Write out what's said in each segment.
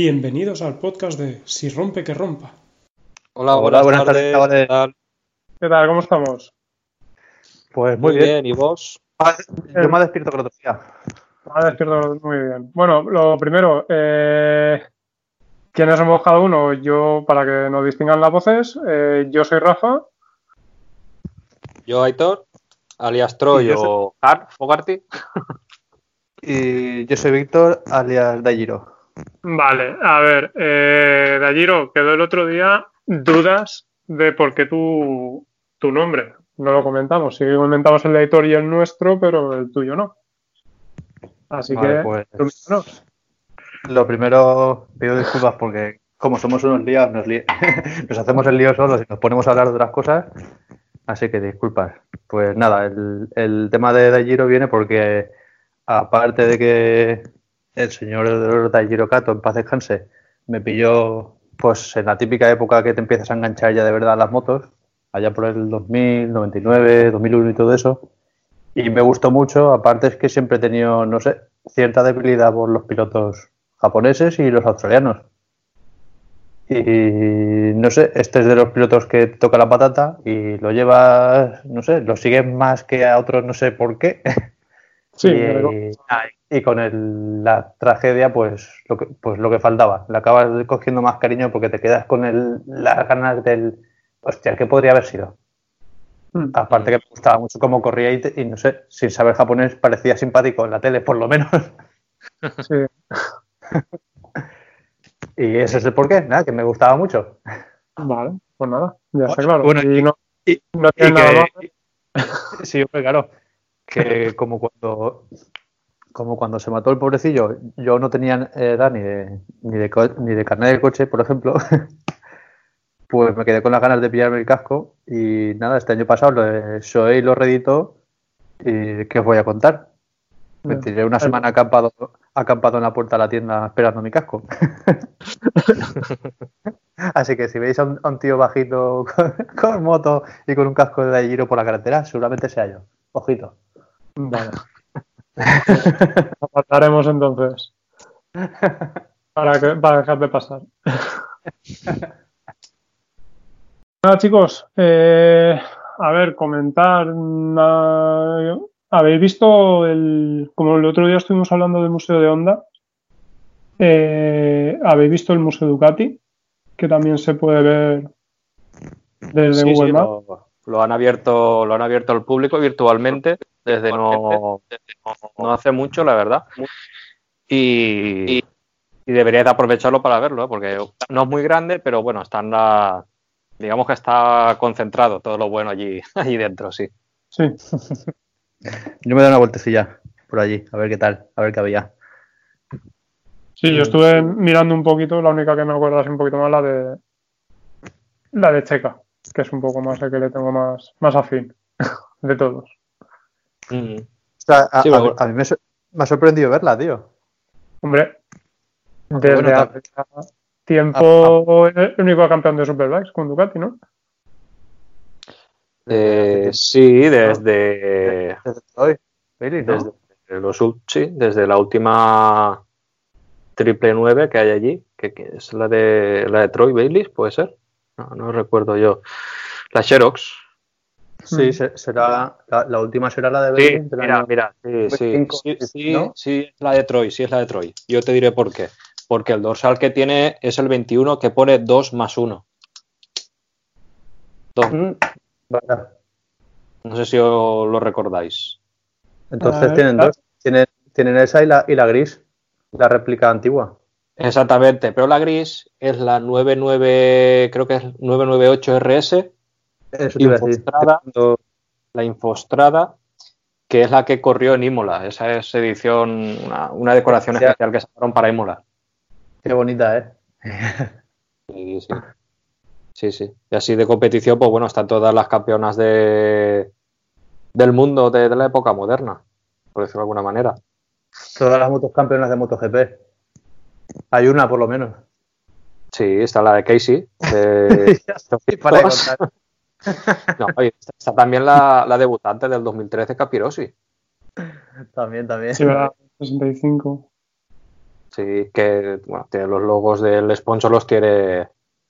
Bienvenidos al podcast de Si rompe que rompa. Hola, buenas tardes, chavales. ¿Qué tal? ¿Qué tal? ¿Cómo estamos? Pues muy bien. ¿Y vos? Yo me despierto con la otro día. Me despierto muy bien. Bueno, lo primero, ¿quiénes somos cada uno? Yo, para que nos distingan las voces, yo soy Rafa. Yo, Aitor, alias Troy o Fogarty. Y yo soy Víctor, alias Dajiro. Vale, a ver, Dajiro, quedó el otro día dudas de por qué tu nombre. No lo comentamos, sí que comentamos el de Aitor y el nuestro, pero el tuyo no. Así vale, que, pues, lo primero, pido disculpas porque como somos unos líos, nos hacemos el lío solos y nos ponemos a hablar de otras cosas. Así que disculpas. Pues nada, el tema de Dajiro viene porque, aparte de que el señor Dajiro Kato, en paz descanse, me pilló pues en la típica época que te empiezas a enganchar ya de verdad a las motos, allá por el 2000, 99, 2001 y todo eso. Y me gustó mucho, aparte es que siempre he tenido, no sé, cierta debilidad por los pilotos japoneses y los australianos. Y no sé, este es de los pilotos que te toca la patata y lo llevas, no sé, lo sigues más que a otros, no sé por qué. Sí, y con la tragedia, pues lo que faltaba. Le acabas cogiendo más cariño porque te quedas con las ganas del, hostia, ¿qué podría haber sido? Aparte que me gustaba mucho cómo corría y no sé, sin saber japonés parecía simpático en la tele, por lo menos. Sí. Y ese es el porqué, nada, que me gustaba mucho. Vale, pues nada, ya está claro. Bueno, y no tiene nada más. Sí, hombre, claro. Que como cuando se mató el pobrecillo, yo no tenía edad ni de carnet de coche, por ejemplo. Pues me quedé con las ganas de pillarme el casco y nada, este año pasado Shoei lo reeditó y ¿qué os voy a contar? Me tiré una semana acampado en la puerta de la tienda esperando mi casco. Así que si veis a un tío bajito con moto y con un casco de giro por la carretera, seguramente sea yo. Ojito. Vale. Apartaremos entonces. Para dejar de pasar. Nada, chicos. A ver, comentar. ¿Habéis visto como el otro día estuvimos hablando del Museo de Honda? ¿Habéis visto el Museo Ducati? Que también se puede ver desde Google Maps. Lo han abierto al público virtualmente desde no hace mucho, la verdad. Y deberíais de aprovecharlo para verlo, porque no es muy grande, pero bueno, digamos que está concentrado todo lo bueno allí dentro, sí. Sí. Yo me doy una vueltecilla por allí, a ver qué tal, a ver qué había. Sí, yo estuve mirando un poquito, la única que me acuerdo es un poquito más la de Checa, que es un poco más el que le tengo más afín de todos. O sea, a mí me ha sorprendido verla, tío. Hombre, desde hace tiempo es el único campeón de Superbikes con Ducati, ¿no? Sí, desde hoy. ¿No? Desde la última triple 9 que hay allí, que es la de Troy Bayliss, ¿puede ser? No recuerdo yo. La Xerox. Sí, será la última será la de Bayliss. Sí, es la de Troy, Yo te diré por qué. Porque el dorsal que tiene es el 21 que pone 2+1. Vale. No sé si os lo recordáis. Entonces tienen dos. Tienen esa y la gris, la réplica antigua. Exactamente, pero la gris es la 99, creo que es 998 RS. Eso te iba a decir. La Infostrada, que es la que corrió en Imola. Esa es edición, una decoración especial que sacaron para Imola. Qué bonita, ¿eh? Sí. Y así de competición, pues bueno, están todas las campeonas del mundo de la época moderna, por decirlo de alguna manera. Todas las motos campeonas de MotoGP. Hay una, por lo menos. Sí, está la de Casey. Para contar. No, está también la debutante del 2013, Capirossi. También. Sí, ¿verdad? 65. Sí, que bueno, tiene los logos del sponsor, los tiene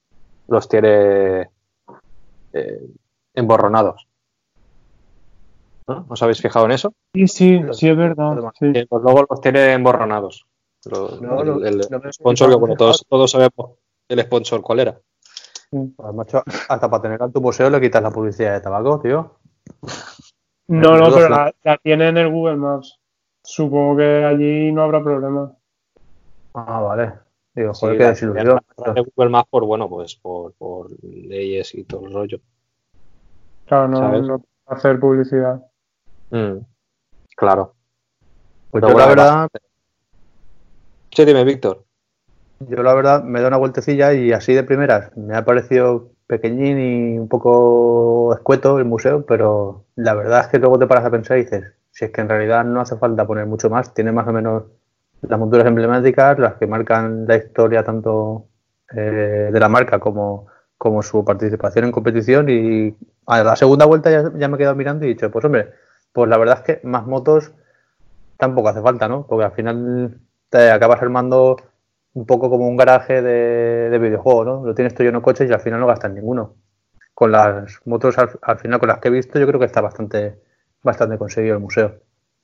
emborronados. ¿No? ¿Os habéis fijado en eso? Sí, sí, es verdad. Sí. Los logos los tiene emborronados. El sponsor, que bueno, todos sabemos el sponsor cuál era. Pues, macho, hasta para tener en tu museo le quitas la publicidad de tabaco, tío. No, pero la tiene en el Google Maps. Supongo que allí no habrá problema. Ah, vale. Digo, Sí, joder, qué desilusión. de Google Maps por leyes y todo el rollo. Claro, ¿sabes? no hacer publicidad. Claro. Pues Pero yo bueno, la verdad, sí, dime, Víctor. me da una vueltecilla y así de primeras me ha parecido pequeñín y un poco escueto el museo, pero la verdad es que luego te paras a pensar y dices, si es que en realidad no hace falta poner mucho más, tiene más o menos las monturas emblemáticas, las que marcan la historia tanto de la marca como su participación en competición, y a la segunda vuelta ya me he quedado mirando y he dicho, pues hombre, pues la verdad es que más motos tampoco hace falta, ¿no? Porque al final te acabas armando un poco como un garaje de videojuego, ¿no? Lo tienes todo lleno de coches y al final no gastas ninguno. Con las motos, al final, con las que he visto, yo creo que está bastante conseguido el museo.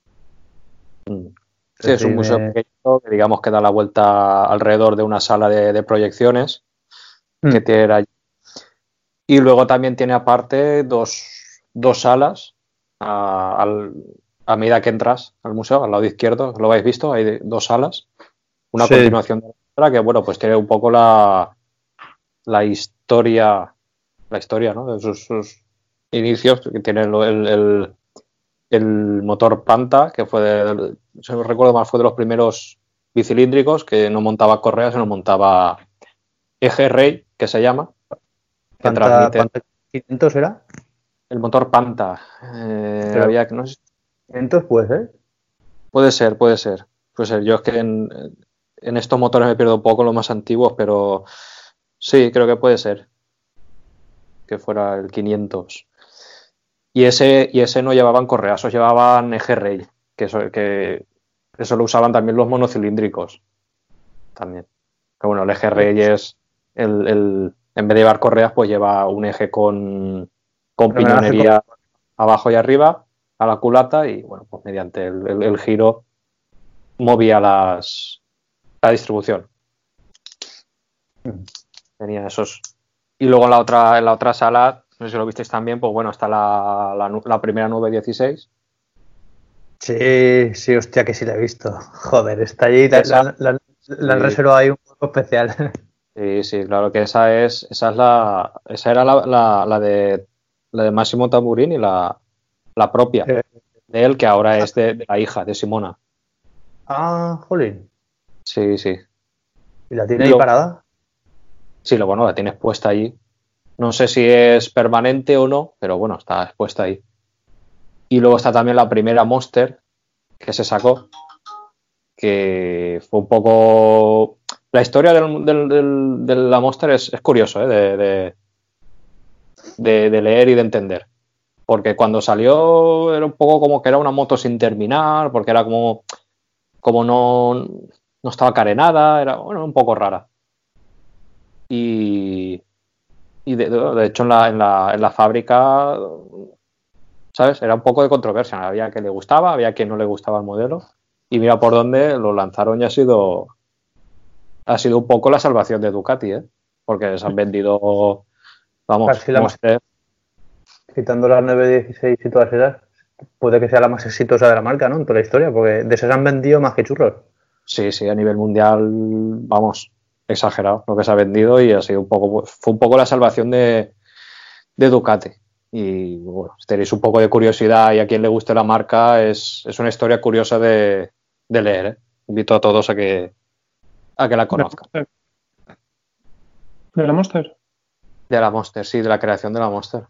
Sí, es un museo pequeño que digamos que da la vuelta alrededor de una sala de proyecciones que tiene allí. Y luego también tiene aparte dos salas a medida que entras al museo, al lado izquierdo, lo habéis visto, hay dos salas. Una continuación de la otra que, bueno, pues tiene un poco la historia, ¿no? De sus inicios, que tiene el motor Panta, que fue, si no recuerdo mal, fue de los primeros bicilíndricos, que no montaba correas, sino montaba eje rey, que se llama, que transmite... ¿Panta 500 era? El motor Panta. Había que no sé. 500 puede ser. Puede ser. Yo es que en estos motores me pierdo un poco los más antiguos, pero sí, creo que puede ser que fuera el 500. Y ese no llevaban correas, esos llevaban eje rey, que eso lo usaban también los monocilíndricos. También. Que bueno, el eje rey es en vez de llevar correas, pues lleva un eje con piñonería abajo y arriba a la culata, y bueno, pues mediante el giro movía la distribución. Tenía esos. Y luego en la otra sala, no sé si lo visteis también, pues bueno, está la primera 916. Sí, hostia, que sí la he visto. Joder, está allí, la han reservado ahí un poco especial. Sí, claro que esa era la de Massimo Tamburini, la propia de él, que ahora es de la hija de Simona. Ah, jolín. Sí. ¿Y la tiene ahí parada? Sí, bueno, la tienes puesta allí. No sé si es permanente o no, pero bueno, está expuesta ahí. Y luego está también la primera Monster que se sacó, que fue un poco... La historia de la Monster es curioso, de leer y de entender. Porque cuando salió era un poco como que era una moto sin terminar, porque era como no estaba carenada, era un poco rara. Y de hecho en la fábrica, ¿sabes? Era un poco de controversia. Había quien le gustaba, había quien no le gustaba el modelo. Y mira por dónde lo lanzaron y ha sido un poco la salvación de Ducati, ¿eh? Porque se han vendido, vamos, quitando las 916 y todas esas, puede que sea la más exitosa de la marca, ¿no? En toda la historia, porque de esas han vendido más que churros. Sí, a nivel mundial, vamos, exagerado lo que se ha vendido, y ha sido fue un poco la salvación de Ducati. Y bueno, si tenéis un poco de curiosidad y a quien le guste la marca, es una historia curiosa de leer, ¿eh? Invito a todos a que la conozcan. ¿De la Monster? De la Monster, sí, de la creación de la Monster.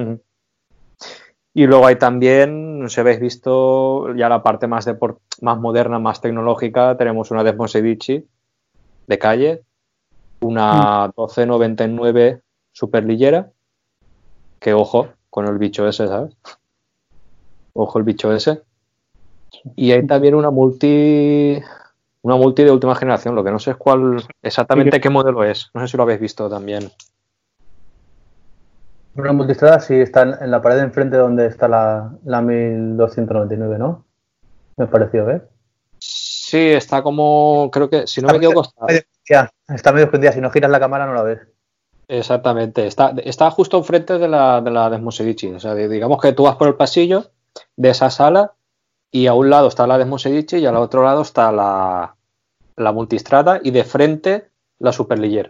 Y luego hay también, no sé si habéis visto ya la parte más moderna, más tecnológica. Tenemos una Desmos Edici de calle, una 1299 superlillera, que ojo con el bicho ese, ¿sabes? Ojo el bicho ese. Y hay también una multi una multi de última generación. Lo que no sé es cuál exactamente qué modelo es. No sé si lo habéis visto también. Una multistrada sí está en la pared de enfrente donde está la 1299, ¿no? Me pareció ver. Sí, está como, creo que, si no me equivoco, Está medio escondida. Si no giras la cámara no la ves. exactamente. Está justo enfrente de la Desmosedici. O sea, digamos que tú vas por el pasillo de esa sala y a un lado está la Desmosedici y al otro lado está la multistrada y de frente la Superliggera.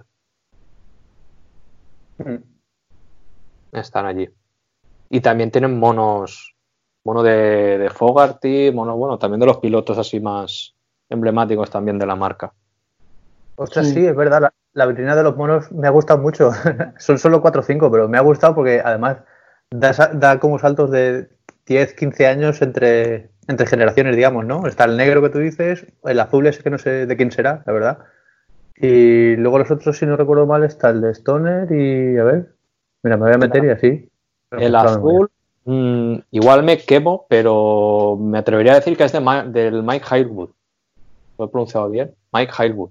Están allí. Y también tienen mono de Fogarty, bueno, también de los pilotos así más emblemáticos también de la marca. Ostras, sí, es verdad. La vitrina de los monos me ha gustado mucho. Son solo 4 o 5, pero me ha gustado porque además da como saltos de 10, 15 años entre generaciones, digamos, ¿no? Está el negro que tú dices, el azul ese que no sé de quién será, la verdad. Y luego los otros, si no recuerdo mal, está el de Stoner y, a ver, mira, me voy a meter y así. El azul, igual me quemo, pero me atrevería a decir que es del Mike Hailwood. ¿Lo he pronunciado bien? Mike Hailwood.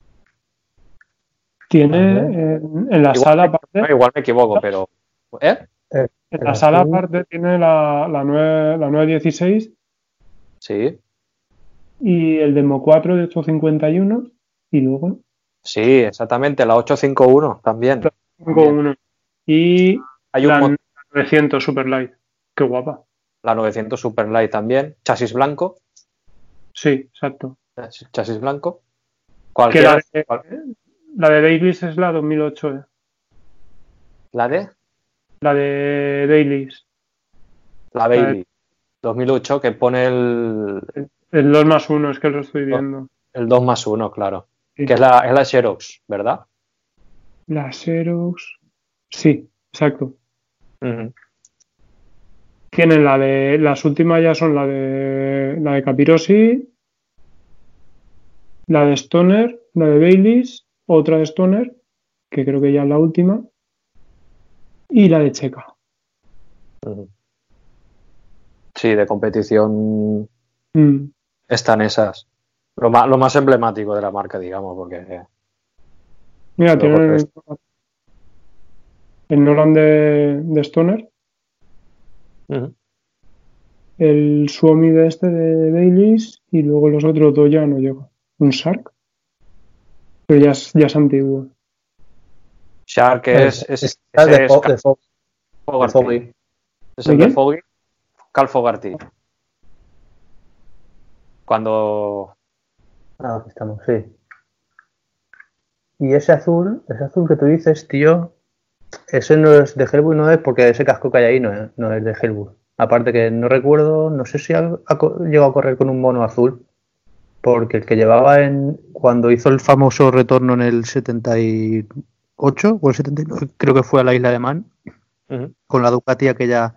Tiene en la sala aparte. Igual me equivoco, pero. En la sala aparte tiene la 916. Sí. Y el Demo 4 de 851. Y luego. Sí, exactamente, la 851 también. 851. Y hay la 900 Superlight. Qué guapa. La 900 Superlight también. Chasis blanco. Sí, exacto. Chasis blanco. Cualquiera. La de Dailies es la 2008. ¿La de? La de Dailies. La Bailey. 2008, que pone el 2+1, es que lo estoy viendo. El 2+1, claro. Sí. Que es la Xerox, ¿verdad? La Xerox. Sí, exacto. Tienen las últimas ya son la de Capirosi, la de Stoner, la de Baileys, otra de Stoner, que creo que ya es la última, y la de Checa. Sí, de competición están esas. Lo más emblemático de la marca, digamos, porque... Mira, tienen el Nolan de Stoner, el Suomi de Baileys, y luego los otros dos ya no llegan. Un Shark, pero ya es antiguo. Shark es de Foggy. Es el de Foggy, Cal Fogarty. Cuando... aquí estamos, sí. Y ese azul que tú dices, tío, ese no es de Hellwood, no es porque ese casco que hay ahí no es de Hellwood. Aparte que no recuerdo, no sé si llegó a correr con un mono azul, porque el que llevaba cuando hizo el famoso retorno en el 78 o el 79, creo que fue a la isla de Man, con la Ducati aquella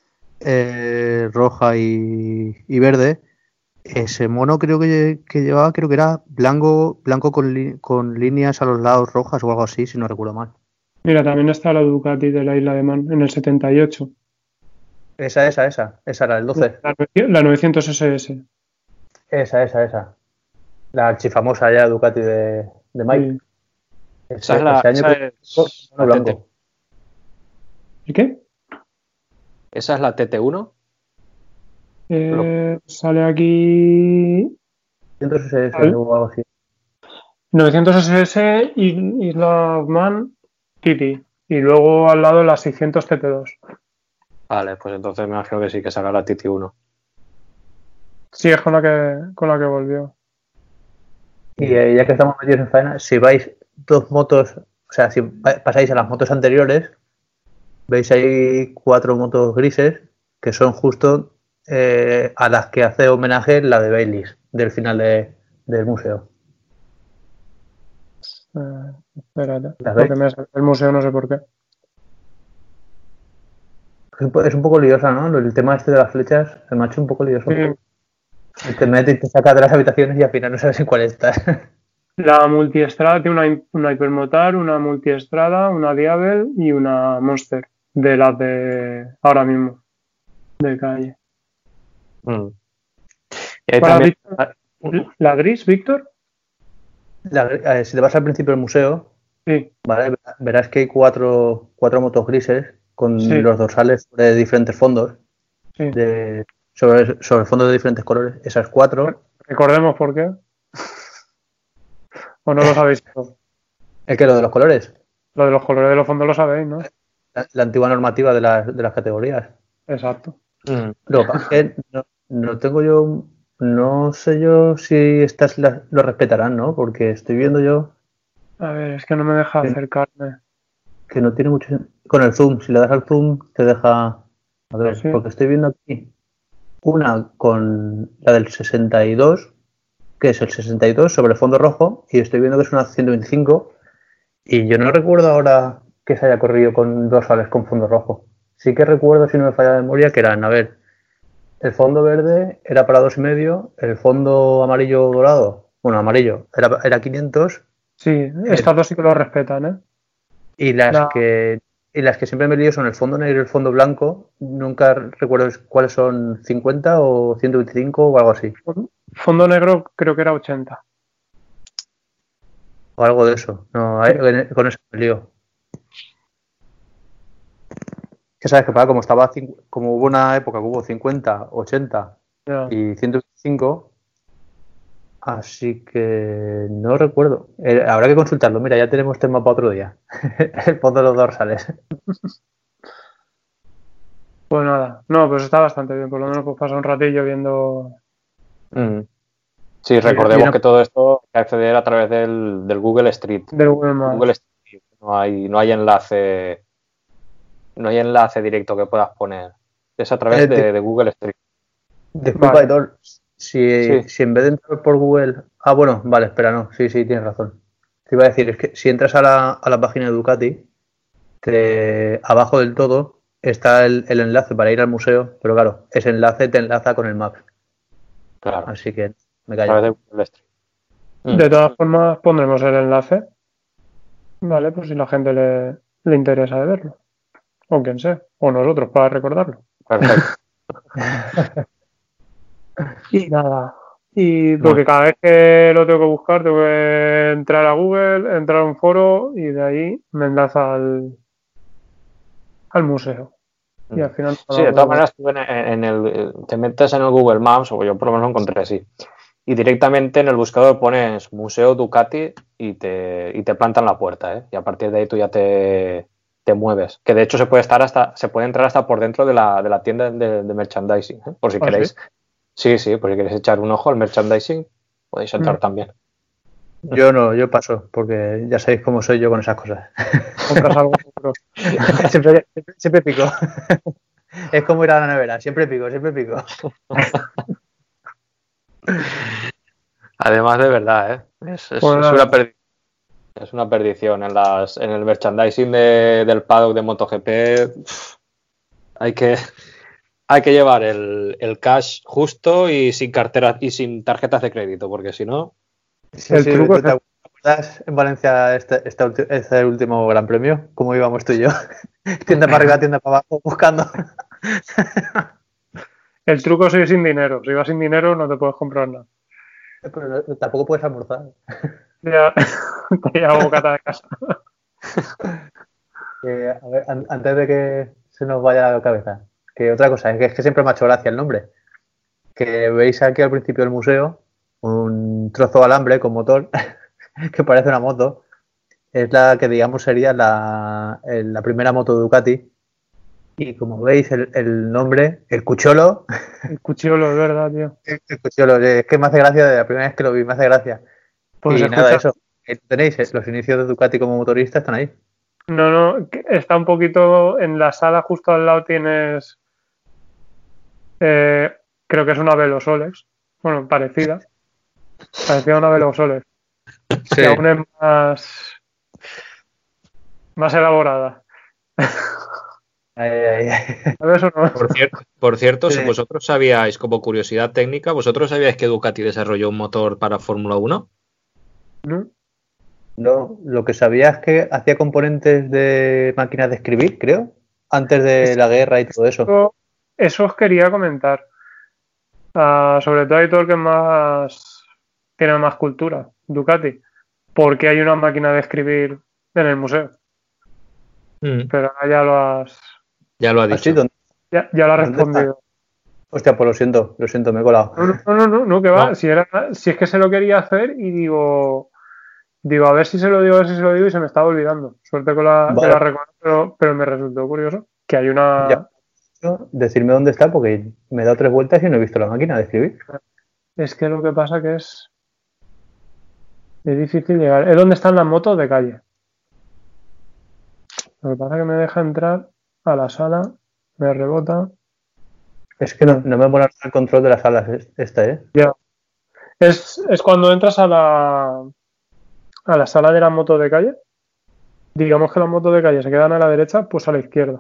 roja y verde. Ese mono creo que llevaba, creo que era blanco con líneas a los lados rojas o algo así, si no recuerdo mal. Mira, también está la Ducati de la isla de Man en el 78. Esa era el 12. La 900 SS. Esa. La archifamosa ya Ducati de Mike. Sí. Ese año es la blanco. ¿Y qué? ¿Esa es la TT1? Sale aquí 900 SS o algo así. 900 SS y Isla of Man Titi. Y luego al lado la 600 TT2. Vale, pues entonces me imagino que sí que será la TT1. Sí, es con la que volvió. Y ya que estamos metidos en faena, si vais dos motos, o sea, si pasáis a las motos anteriores, veis ahí 4 motos grises que son justo a las que hace homenaje la de Baileys del final del museo. Espérate, porque el museo no sé por qué. Es un poco liosa, ¿no? El tema este de las flechas se me ha hecho un poco lioso. Sí. Te mete y te saca de las habitaciones y al final no sabes en cuál estás. La multiestrada tiene una Hypermotar, una multiestrada, una Diabel y una Monster. De las de ahora mismo. De calle. Y ahí también... ¿La gris, Víctor? Si te vas al principio del museo, Sí, ¿vale? Verás que hay cuatro motos grises con sí, los dorsales de diferentes fondos, sí. sobre fondos de diferentes colores. Esas cuatro. Recordemos por qué. O no lo sabéis todo. ¿Es que lo de los colores? Lo de los colores de los fondos lo sabéis, ¿no? La antigua normativa de las categorías. Exacto. Lo que pasa es que no tengo yo, no sé yo si estas lo respetarán, ¿no? Porque estoy viendo yo A ver, es que no me deja que, acercarme. que no tiene mucho. Con el zoom, si le das al zoom, te deja. A ver, Sí. porque estoy viendo aquí una con la del 62, que es el 62 sobre fondo rojo, y estoy viendo que es una 125, y yo no recuerdo ahora que se haya corrido con dorsales con fondo rojo. Sí que recuerdo, si no me falla la memoria, que eran, a ver, el fondo verde era para 2,5, el fondo amarillo dorado, bueno, amarillo, era 500, Sí, estas dos sí que lo respetan, ¿eh? y las La- que siempre me lío son el fondo negro y el fondo blanco. Nunca recuerdo cuáles son, 50 o 125 o algo así, Fondo negro creo que era 80. o algo de eso. No, Sí. con eso me lío. Que sabes que como como hubo una época que hubo 50, 80 Ya. y 125, así que no recuerdo. Habrá que consultarlo. Mira, ya tenemos tema para otro día. El fondo de los dorsales. Pues nada. No, pues está bastante bien. Por lo menos pues pasa un ratillo viendo. Sí, Y recordemos una- que todo esto hay que acceder a través del Google Street. Del Google Maps. Google Street. No hay enlace directo que puedas poner. Es a través de Google Street. Disculpa, Vale. Aitor. Sí. Si en vez de entrar por Google. Ah, bueno, vale, espera, no. Sí, tienes razón. Te iba a decir, es que si entras a la página de Ducati, abajo del todo está el enlace para ir al museo, pero claro, ese enlace te enlaza con el Maps. Claro, Así que me a través de callo. Google Street. De todas formas, pondremos el enlace. Vale, pues si la gente le interesa de verlo. O quien sea. O nosotros para recordarlo. Perfecto. Y nada. Y porque cada vez que lo tengo que buscar, tengo que entrar a Google, entrar a un foro y de ahí me enlaza al museo. Y al final Sí, de todas maneras, tú te metes en el Google Maps, o yo por lo menos lo encontré así, y directamente en el buscador pones Museo Ducati y te plantan la puerta, ¿eh? Y a partir de ahí tú ya te mueves. Que de hecho se puede entrar hasta por dentro de la tienda de merchandising, ¿eh? Por si ¿Ah, queréis. Sí, por si queréis echar un ojo al merchandising, podéis entrar también. Yo paso, porque ya sabéis cómo soy yo con esas cosas. compras algo seguro. siempre pico. Es como ir a la nevera, siempre pico. Además, de verdad, ¿eh? Es una perdición. En el merchandising del paddock de MotoGP hay que llevar el cash justo y sin cartera y sin tarjetas de crédito, porque si no. Sí, El truco ¿te acuerdas en Valencia este último Gran Premio? ¿Cómo íbamos tú y yo? Tienda para arriba, tienda para abajo, buscando. es ir sin dinero. Si vas sin dinero no te puedes comprar nada. Pero tampoco puedes almorzar. Ya te llevo bocata de casa. A ver, antes de que se nos vaya la cabeza, que otra cosa, es que siempre me ha hecho gracia el nombre. Que veis aquí al principio del museo un trozo de alambre con motor que parece una moto. Es la que, digamos, sería la primera moto de Ducati. Y como veis, el nombre, el Cucholo, El cuchillo es verdad, tío. el Cucholo, es que me hace gracia, de la primera vez que lo vi, me hace gracia. Pues Y nada, escucha, eso, tenéis, los inicios de Ducati como motorista están ahí. no, está un poquito en la sala justo al lado tienes, creo que es una Velosolex, bueno, parecida a una Velosolex, que aún es más elaborada. ¿Sabes o no? Por cierto, si Sí. vosotros sabíais, como curiosidad técnica, ¿vosotros sabíais que Ducati desarrolló un motor para Fórmula 1? ¿No? No, lo que sabía es que hacía componentes de máquinas de escribir, creo, antes de la guerra y todo eso. Eso os quería comentar. Sobre todo hay todo el que tiene más cultura, Ducati. por qué hay una máquina de escribir en el museo. Pero ahora Ya lo ha ¿Ah, dicho. sí? ya lo ha ¿Dónde respondido. Hostia, pues lo siento, me he colado. No, que va. No. Si es que se lo quería hacer y digo, a ver si se lo digo, y se me estaba olvidando. Suerte que Vale. la recuerdo, pero me resultó curioso que hay una... Ya. Decirme dónde está porque me he dado 3 vueltas y no he visto la máquina de escribir. Es que lo que pasa que es difícil llegar. Es donde están las motos de calle. Lo que pasa es que me deja entrar a la sala, me rebota. Es que no me pone el control de las salas esta, ¿eh? Ya. Es cuando entras a la sala de las motos de calle. Digamos que las motos de calle se quedan a la derecha, pues a la izquierda.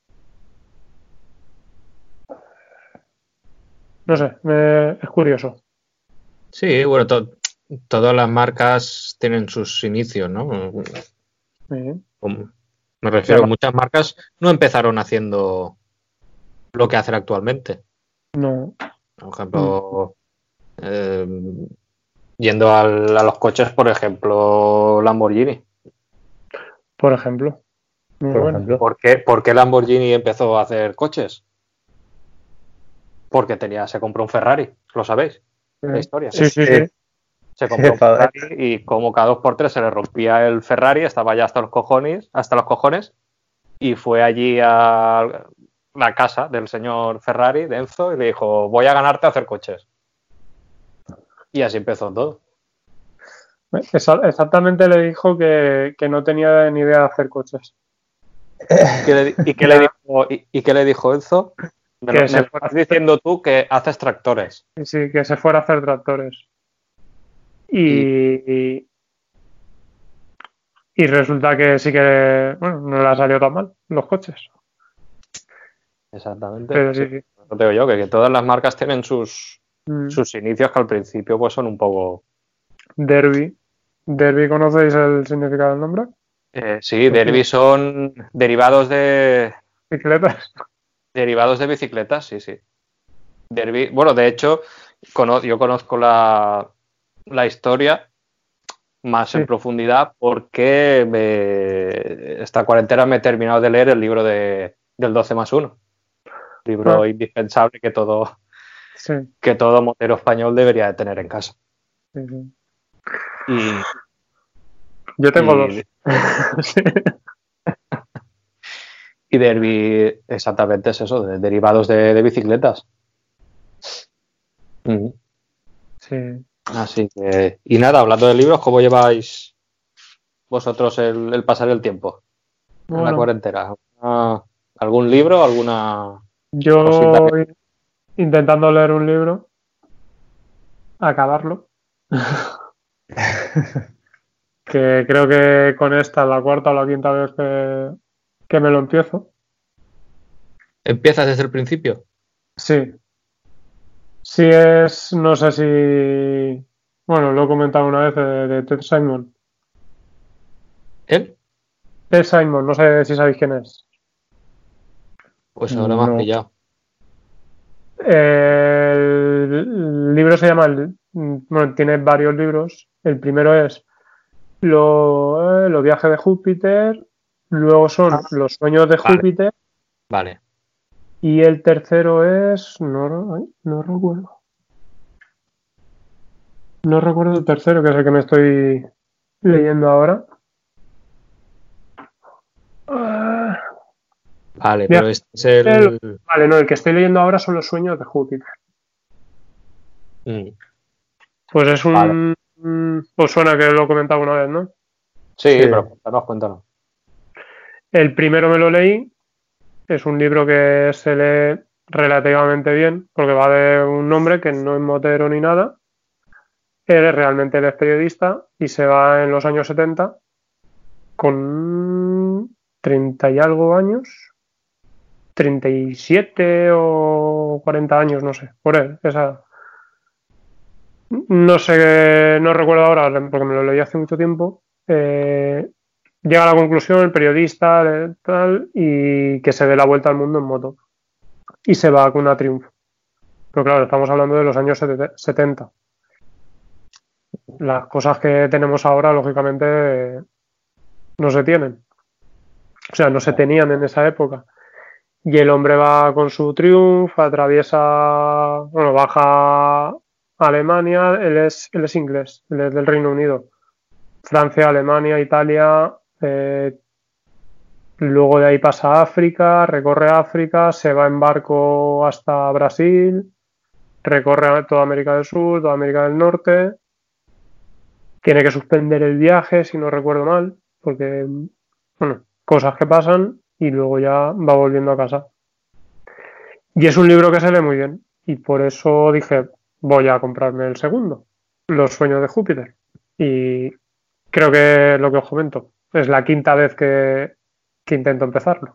No sé, es curioso. Sí, bueno, todas las marcas tienen sus inicios, ¿no? Sí. Me refiero, muchas marcas no empezaron haciendo lo que hacen actualmente. No. Por ejemplo, yendo a los coches, por ejemplo, Lamborghini. Por ejemplo. ¿Por qué Lamborghini empezó a hacer coches? Porque se compró un Ferrari, ¿lo sabéis? La historia. Sí. Se compró un Ferrari y como cada 2x3 se le rompía el Ferrari, estaba ya hasta los cojones, y fue allí a la casa del señor Ferrari, de Enzo, y le dijo, voy a ganarte a hacer coches. Y así empezó todo. Exactamente le dijo que no tenía ni idea de hacer coches. ¿Y qué le dijo Enzo? Me estás diciendo tú que haces tractores. Sí, que se fuera a hacer tractores. Y resulta que sí que, bueno, no le ha salido tan mal los coches. Exactamente. Pero sí. Lo digo yo, que todas las marcas tienen sus inicios que al principio pues son un poco... Derby. ¿Derby conocéis el significado del nombre? Sí, Derby son derivados de... ¿Bicicletas? Derivados de bicicletas, sí. Derby, bueno, de hecho, yo conozco la historia más en profundidad porque esta cuarentena me he terminado de leer el libro del 12+1. Libro indispensable que todo motero español debería de tener en casa. Sí. Y yo tengo 2. Y Derby exactamente es eso, de derivados de bicicletas. Sí. Así que, y nada, hablando de libros, ¿cómo lleváis vosotros el pasar el tiempo en la cuarentena? ¿Algún libro? ¿Alguna cosita? Intentando leer un libro, acabarlo. Que creo que con esta es la cuarta o la quinta vez que me lo empiezo. ¿Empiezas desde el principio? Sí. No sé si... Bueno, lo he comentado una vez de Ted Simon. ¿Él? Ted Simon, no sé si sabéis quién es. Pues ahora me has pillado. El libro se llama... Bueno, tiene varios libros. El primero es Los viajes de Júpiter. Luego son Los sueños de Júpiter. Vale. Y el tercero es... No recuerdo. No recuerdo el tercero, que es el que me estoy leyendo ahora. Vale, pero este es el... Vale, no, el que estoy leyendo ahora son Los sueños de Júpiter. Pues es un... Vale. Pues suena que lo he comentado una vez, ¿no? Sí, pero cuéntanos. El primero me lo leí. Es un libro que se lee relativamente bien, porque va de un hombre que no es motero ni nada. Realmente él es periodista y se va en los años 70 con 30 y algo años. 37 o 40 años, no sé, por él, esa... No sé, no recuerdo ahora, porque me lo leí hace mucho tiempo. Llega a la conclusión el periodista tal, y que se dé la vuelta al mundo en moto. Y se va con una Triumph. Pero claro, estamos hablando de los años 70. las cosas que tenemos ahora, lógicamente, no se tienen. O sea, no se tenían en esa época. Y el hombre va con su Triumph, atraviesa, bueno, baja a Alemania, él es inglés, él es del Reino Unido. Francia, Alemania, Italia, luego de ahí pasa a África, recorre África, se va en barco hasta Brasil, recorre toda América del Sur, toda América del Norte, tiene que suspender el viaje, si no recuerdo mal, porque, bueno, cosas que pasan y luego ya va volviendo a casa. Y es un libro que se lee muy bien y por eso dije, voy a comprarme el segundo, Los sueños de Júpiter. Y creo que lo que os comento, es la quinta vez que intento empezarlo.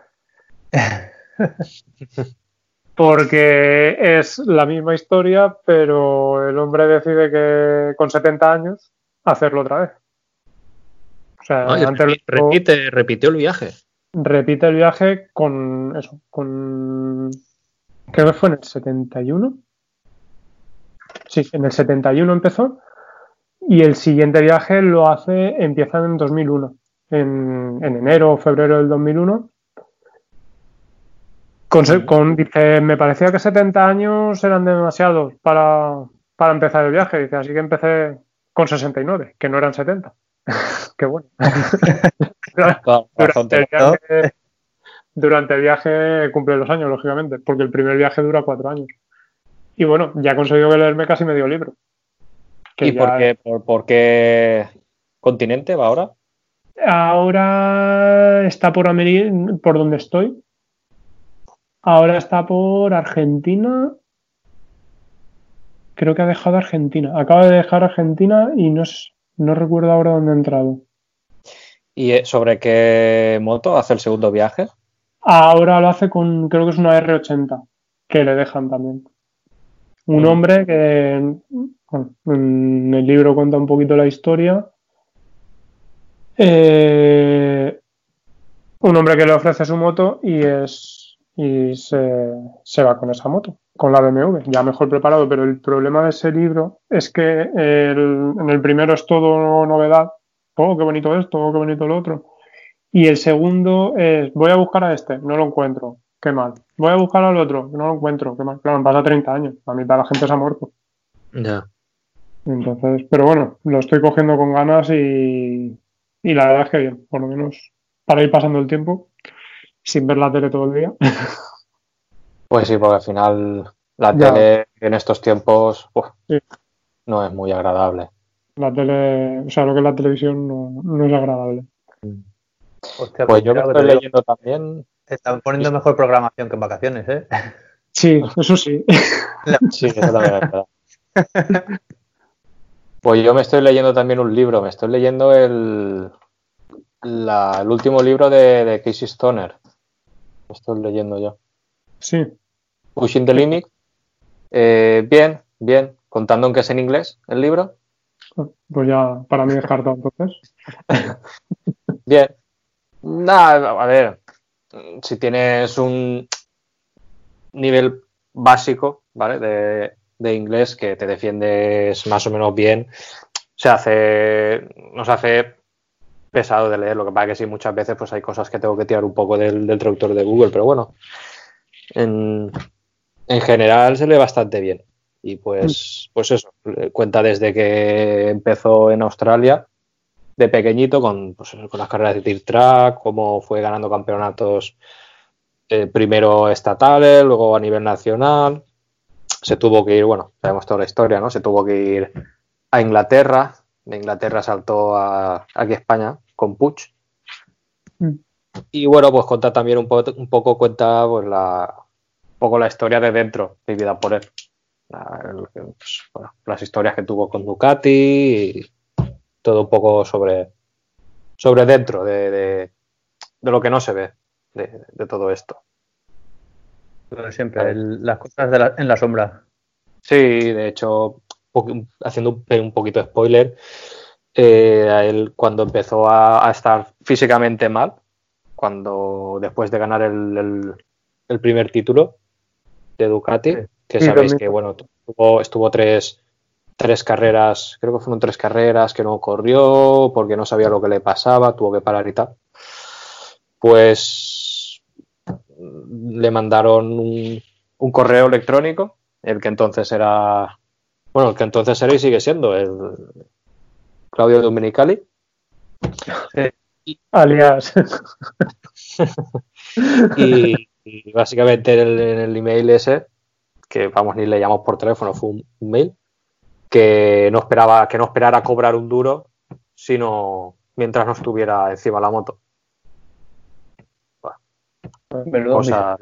Porque es la misma historia, pero el hombre decide que con 70 años hacerlo otra vez. O sea, No, y antes repitió el viaje. repite el viaje con eso, con... Creo que fue en el 71. Sí, en el 71 empezó y el siguiente viaje empieza en 2001, en enero o febrero del 2001. Dice, me parecía que 70 años eran demasiados para empezar el viaje. Dice, así que empecé con 69, que no eran 70. Qué bueno. Durante el viaje cumple los años, lógicamente, porque el primer viaje dura 4 años. Y bueno, ya he conseguido leerme casi medio libro. ¿Y por qué continente va ahora? Ahora está por donde estoy. Ahora está por Argentina. Creo que ha dejado Argentina. Acaba de dejar Argentina y no recuerdo ahora dónde ha entrado. ¿Y sobre qué moto hace el segundo viaje? Ahora lo hace creo que es una R80, que le dejan también. Un hombre que, bueno, en el libro cuenta un poquito la historia. Un hombre que le ofrece su moto y se va con esa moto, con la BMW, ya mejor preparado. Pero el problema de ese libro es que en el primero es todo novedad. Oh, qué bonito esto, oh, qué bonito lo otro. Y el segundo es, voy a buscar a este, no lo encuentro, qué mal. Voy a buscar al otro, no lo encuentro, qué mal. Claro, me pasa 30 años, la mitad de la gente se ha muerto. Ya. Entonces, pero bueno, lo estoy cogiendo con ganas y la verdad es que bien, por lo menos para ir pasando el tiempo sin ver la tele todo el día. Pues sí, porque al final la Ya. tele en estos tiempos Sí. no es muy agradable. La tele, o sea, lo que es la televisión no es agradable. Hostia, Pues yo me mira lo que estoy te digo. leyendo también. Están poniendo mejor programación que en vacaciones, ¿eh? Sí, eso sí. Sí, eso también es verdad. Pues yo me estoy leyendo también un libro. Me estoy leyendo el último libro de Casey Stoner. Lo estoy leyendo yo. Sí. Pushing the Limit. Bien. Contando en que es en inglés el libro. Pues ya para mí descartado entonces. Bien. Nada, a ver. Si tienes un nivel básico, ¿vale? De inglés que te defiendes más o menos bien, nos hace pesado de leer. Lo que pasa es que sí, muchas veces pues hay cosas que tengo que tirar un poco del traductor de Google, pero bueno, en general se lee bastante bien. Y pues eso, cuenta desde que empezó en Australia, de pequeñito, con las carreras de Dirt Track, cómo fue ganando campeonatos primero estatales, luego a nivel nacional. Se tuvo que ir, bueno, sabemos toda la historia, ¿no? Se tuvo que ir a Inglaterra. De Inglaterra saltó aquí a España con Puig. Y bueno, pues cuenta también un poco cuenta pues un poco la historia de dentro, vivida por él. Pues, bueno, las historias que tuvo con Ducati y todo un poco sobre dentro de lo que no se ve de todo esto. Pero siempre, las cosas en la sombra. Sí, de hecho, haciendo un poquito de spoiler, a él cuando empezó a estar físicamente mal, después de ganar el primer título de Ducati, Sí. que sabéis que bueno, estuvo 3 3 carreras, creo que fueron 3 carreras que no corrió porque no sabía lo que le pasaba, tuvo que parar y tal. Pues le mandaron un correo electrónico, el que entonces era y sigue siendo el Claudio Domenicali. Alias. y básicamente en el email ese, que vamos, ni le llamamos por teléfono, fue un mail, que no esperara cobrar un duro, sino mientras no estuviera encima de la moto. Bueno,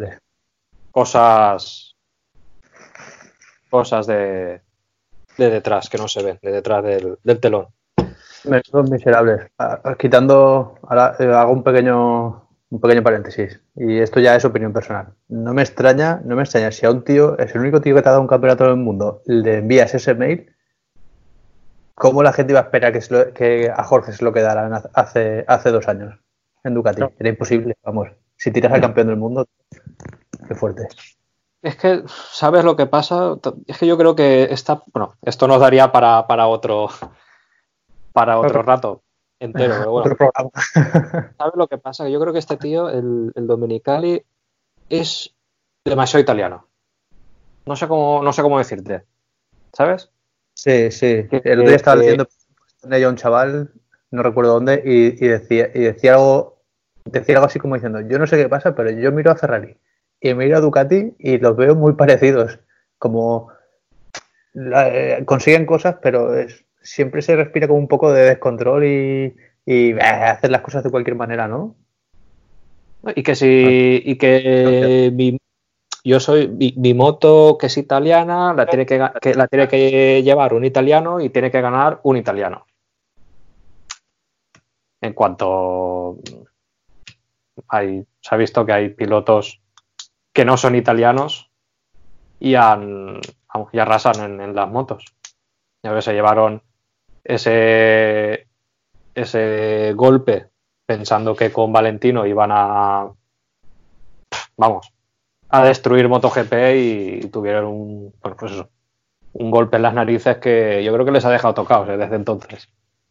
cosas de detrás que no se ven, de detrás del telón. Menudos miserables. Quitando, ahora hago un pequeño paréntesis, y esto ya es opinión personal. No me extraña si a un tío, es el único tío que te ha dado un campeonato en el mundo, le envías ese mail, ¿cómo la gente iba a esperar que a Jorge se lo quedaran hace 2 años en Ducati? No. Era imposible, vamos. Si tiras al campeón del mundo, qué fuerte. Es que, ¿sabes lo que pasa? Es que yo creo que esto nos daría para otro rato entero, pero bueno. Otro programa. ¿Sabes lo que pasa? Yo creo que este tío, el Domenicali, es demasiado italiano. No sé cómo decirte. ¿Sabes? Sí. El otro día estaba leyendo a un chaval, no recuerdo dónde, y decía algo así como diciendo, yo no sé qué pasa, pero yo miro a Ferrari y miro a Ducati y los veo muy parecidos. Como consiguen cosas, pero siempre se respira como un poco de descontrol y hacen las cosas de cualquier manera, ¿no? Y que mi moto, que es italiana, la tiene que llevar un italiano y tiene que ganar un italiano. En cuanto se ha visto que hay pilotos que no son italianos y arrasan en las motos. Ya ves, se llevaron ese golpe pensando que con Valentino iban a destruir MotoGP y tuvieron un golpe en las narices que yo creo que les ha dejado tocados desde entonces.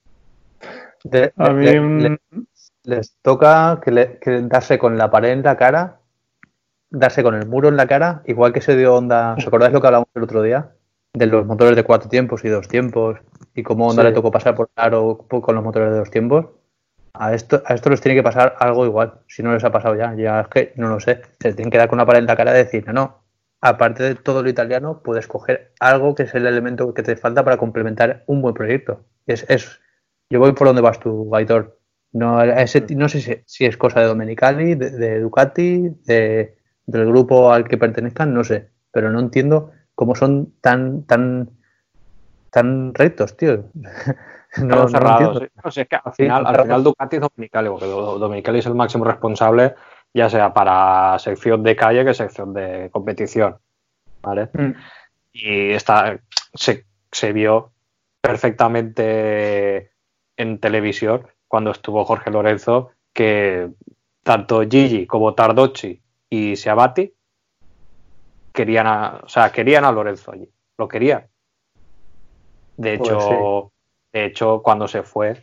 Les toca que darse con la pared en la cara, darse con el muro en la cara, igual que se dio Honda. ¿Os acordáis lo que hablamos el otro día? De los motores de 4 tiempos y 2 tiempos y cómo Honda le tocó pasar por Aro con los motores de 2 tiempos. A esto les tiene que pasar algo igual. Si no les ha pasado ya es que no lo sé. Se tienen que dar con una pared en la cara y decir, no, aparte de todo lo italiano, puedes coger algo que es el elemento que te falta para complementar un buen proyecto. Yo voy por donde vas tú, Aitor. No sé si es cosa de Domenicali, de Ducati, del grupo al que pertenezcan, no sé. Pero no entiendo cómo son tan rectos, tío. No cerrados. O sea, es que al final Ducati es Domenicali, porque Domenicali es el máximo responsable, ya sea para sección de calle que sección de competición, ¿vale? Y se vio perfectamente en televisión cuando estuvo Jorge Lorenzo que tanto Gigi como Tardocci y Schiavati querían a Lorenzo allí, lo querían. De hecho, cuando se fue,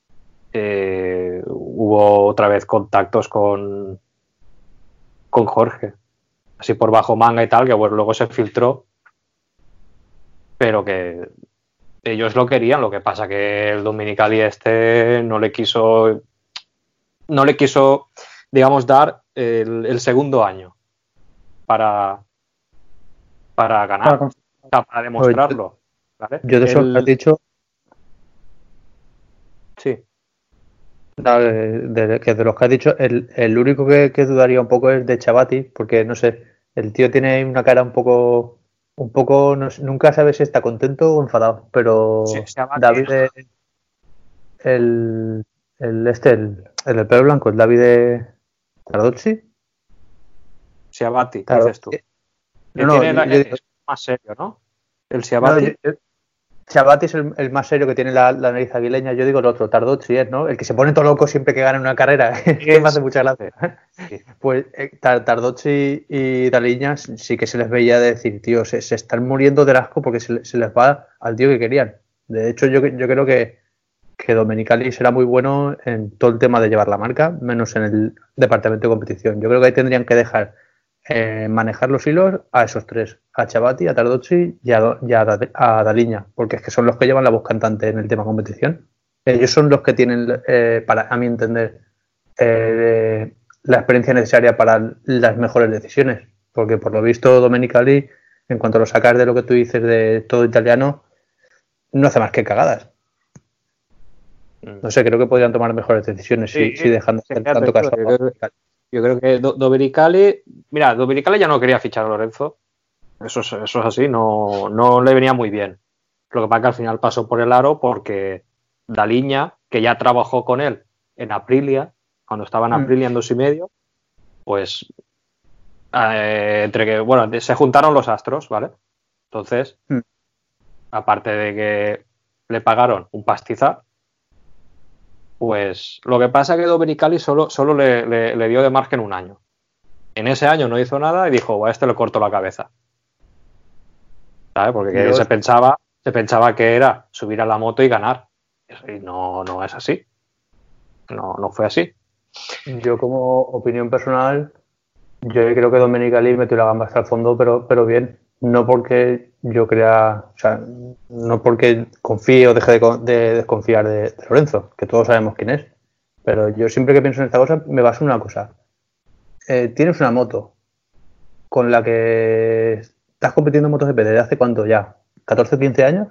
hubo otra vez contactos con Jorge, así por bajo manga y tal, que bueno, luego se filtró, pero que ellos lo querían. Lo que pasa que el Domenicali no le quiso, digamos, dar el segundo año para ganar, para demostrarlo. ¿Vale? Yo de eso que has dicho. Sí. De los que has dicho, el único que dudaría un poco es de Schiavati, porque no sé, el tío tiene una cara un poco no sé, nunca sabes si está contento o enfadado, pero sí, David el del pelo blanco, el David Tardozzi. Schiavati, dices tú. Es más serio, ¿no? El Schiavati. Chabati es el más serio, que tiene la nariz aguileña. Yo digo el otro, Tardozzi es, ¿no? El que se pone todo loco siempre que gana una carrera. Que me hace mucha gracia. Pues Tardozzi y Daliña sí que se les veía decir, tío, se están muriendo del asco porque se les va al tío que querían. De hecho, yo creo que Domenicali será muy bueno en todo el tema de llevar la marca, menos en el departamento de competición. Yo creo que ahí tendrían que dejar manejar los hilos a esos tres, a Chabati, a Tardozzi y a Daliña, porque es que son los que llevan la voz cantante en el tema competición. Ellos son los que tienen, a mi entender, la experiencia necesaria para las mejores decisiones, porque por lo visto Domenicali, en cuanto lo sacas de lo que tú dices de todo italiano, no hace más que cagadas. No sé, creo que podrían tomar mejores decisiones si dejan de hacer tanto caso. Yo creo que Domenicali, mira, Domenicali ya no quería fichar a Lorenzo, eso es así, no le venía muy bien. Lo que pasa es que al final pasó por el aro porque Daliña, que ya trabajó con él en Aprilia, cuando estaba en Aprilia en 2,5, pues se juntaron los astros, ¿vale? Entonces, aparte de que le pagaron un pastizal, pues lo que pasa es que Domenicali solo le dio de margen un año. En ese año no hizo nada y dijo, a este le corto la cabeza. ¿Sabes? Porque se pensaba que era subir a la moto y ganar. Y no es así. No fue así. Yo, como opinión personal, yo creo que Domenicali metió la gamba hasta el fondo, pero bien. No porque yo crea, o sea, no porque confíe o deje de desconfiar de Lorenzo, que todos sabemos quién es. Pero yo siempre que pienso en esta cosa me baso en una cosa. Tienes una moto con la que estás compitiendo en MotoGP desde hace cuánto ya, 14 o 15 años,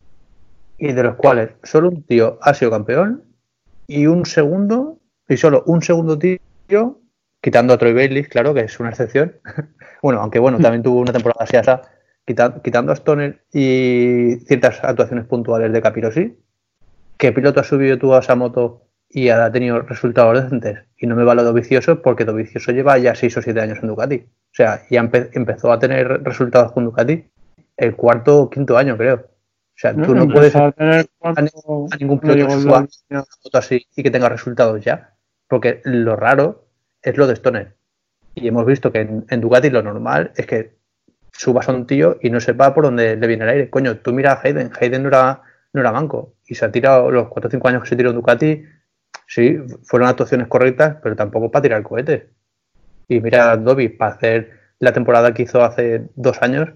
y de los cuales solo un tío ha sido campeón y solo un segundo tío, quitando a Troy Bayliss, claro, que es una excepción. Bueno, también tuvo una temporada así, quitando a Stoner y ciertas actuaciones puntuales de Capirossi. ¿Qué piloto has subido tú a esa moto y ha tenido resultados decentes? Y no me vale Dovizioso, porque Dovizioso lleva ya 6 o 7 años en Ducati. O sea, ya empezó a tener resultados con Ducati el cuarto o quinto año, creo. O sea, tú no puedes a ningún piloto suba una moto así y que tenga resultados ya. Porque lo raro es lo de Stoner. Y hemos visto que en Ducati lo normal es que subas a un tío y no sepa por dónde le viene el aire. Coño, tú mira a Hayden. Hayden no era manco. Y se ha tirado los 4 o 5 años que se tiró en Ducati. Sí, fueron actuaciones correctas, pero tampoco para tirar cohetes. Y mira a Dovi, para hacer la temporada que hizo hace 2 años,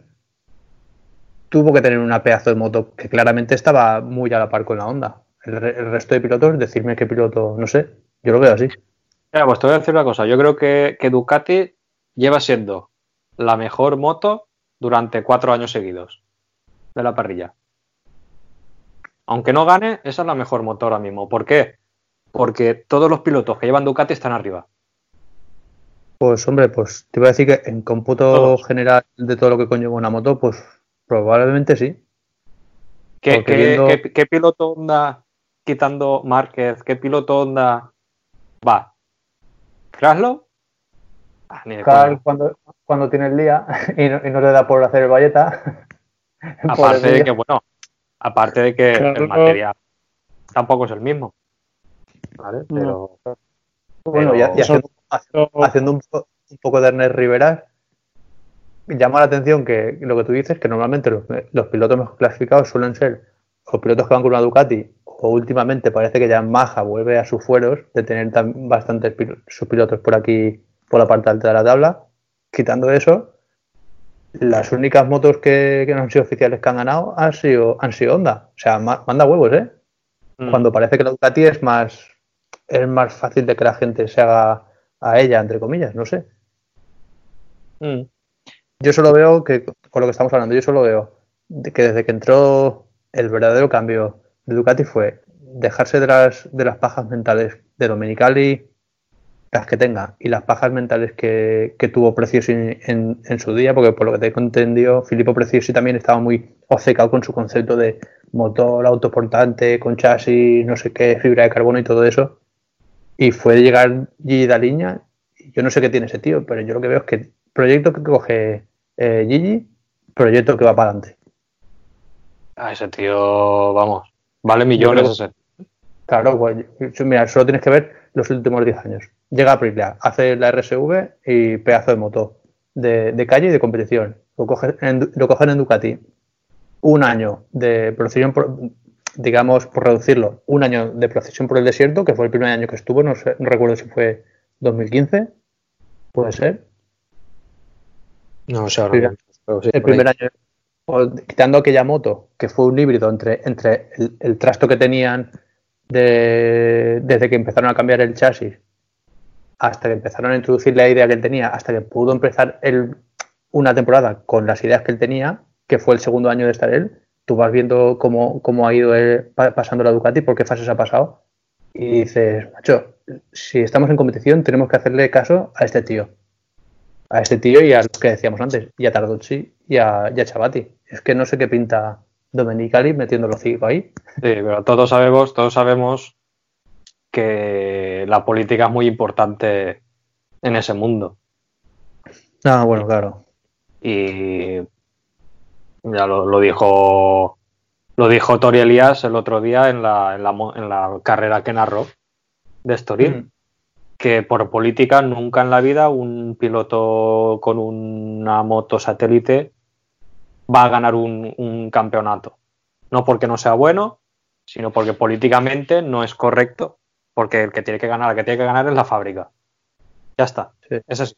tuvo que tener una pedazo de moto que claramente estaba muy a la par con la Honda. El resto de pilotos, decirme qué piloto, no sé, yo lo veo así. Pues te voy a decir una cosa, yo creo que Ducati lleva siendo la mejor moto durante 4 años seguidos de la parrilla. Aunque no gane, esa es la mejor moto ahora mismo. ¿Por qué? Porque todos los pilotos que llevan Ducati están arriba. Pues hombre, pues te iba a decir que en cómputo general de todo lo que conlleva una moto, pues probablemente sí. ¿Qué piloto Honda, quitando Márquez, qué piloto Honda va? ¿Kraslow? Carl, cuando tiene el día y no le da por hacer el valleta. Aparte de que el material tampoco es el mismo. ¿Vale? Pero bueno, y haciendo un poco de Ernest Rivera, llama la atención que lo que tú dices, que normalmente los pilotos mejor clasificados suelen ser los pilotos que van con una Ducati, o últimamente parece que Yamaha vuelve a sus fueros de tener bastantes sus pilotos por aquí, por la parte alta de la tabla. Quitando eso, las únicas motos que no han sido oficiales que han ganado han sido Honda. O sea, manda huevos, ¿eh? Cuando parece que la Ducati es más fácil de que la gente se haga a ella, entre comillas, no sé. Yo solo veo que, con lo que estamos hablando, que desde que entró el verdadero cambio de Ducati fue dejarse de las pajas mentales de Domenicali, las que tenga, y las pajas mentales que tuvo Preziosi en su día, porque por lo que te he entendido, Filippo Preziosi también estaba muy obcecado con su concepto de motor autoportante, con chasis, no sé qué, fibra de carbono y todo eso. Y fue llegar Gigi Daliña, y yo no sé qué tiene ese tío, pero yo lo que veo es que proyecto que coge Gigi, proyecto que va para adelante. A ese tío, vamos, vale millones ese. Claro, pues, mira, solo tienes que ver los últimos 10 años. Llega a Aprilia, hace la RSV y pedazo de moto de calle y de competición. Lo cogen en Ducati. Un año de procesión, digamos, por reducirlo, un año de procesión por el desierto, que fue el primer año que estuvo, no recuerdo si fue 2015, puede ser. No sé ahora mismo. El primer año, quitando aquella moto, que fue un híbrido entre el trasto que tenían desde que empezaron a cambiar el chasis hasta que empezaron a introducir la idea que él tenía, hasta que pudo empezar una temporada con las ideas que él tenía, que fue el segundo año de estar él. Tú vas viendo cómo ha ido pasando la Ducati, por qué fases ha pasado, y dices, macho, si estamos en competición tenemos que hacerle caso a este tío y a los que decíamos antes, y a Tardozzi y a Chavati. Es que no sé qué pinta Domenicali metiendo el hocico ahí. Sí, pero todos sabemos que la política es muy importante en ese mundo. Ah, bueno, claro. Y ya lo dijo Tori Elías el otro día en la carrera que narró de Estoril, que por política nunca en la vida un piloto con una moto satélite va a ganar un campeonato. No porque no sea bueno, sino porque políticamente no es correcto, porque el que tiene que ganar es la fábrica. Ya está. Sí. Es así.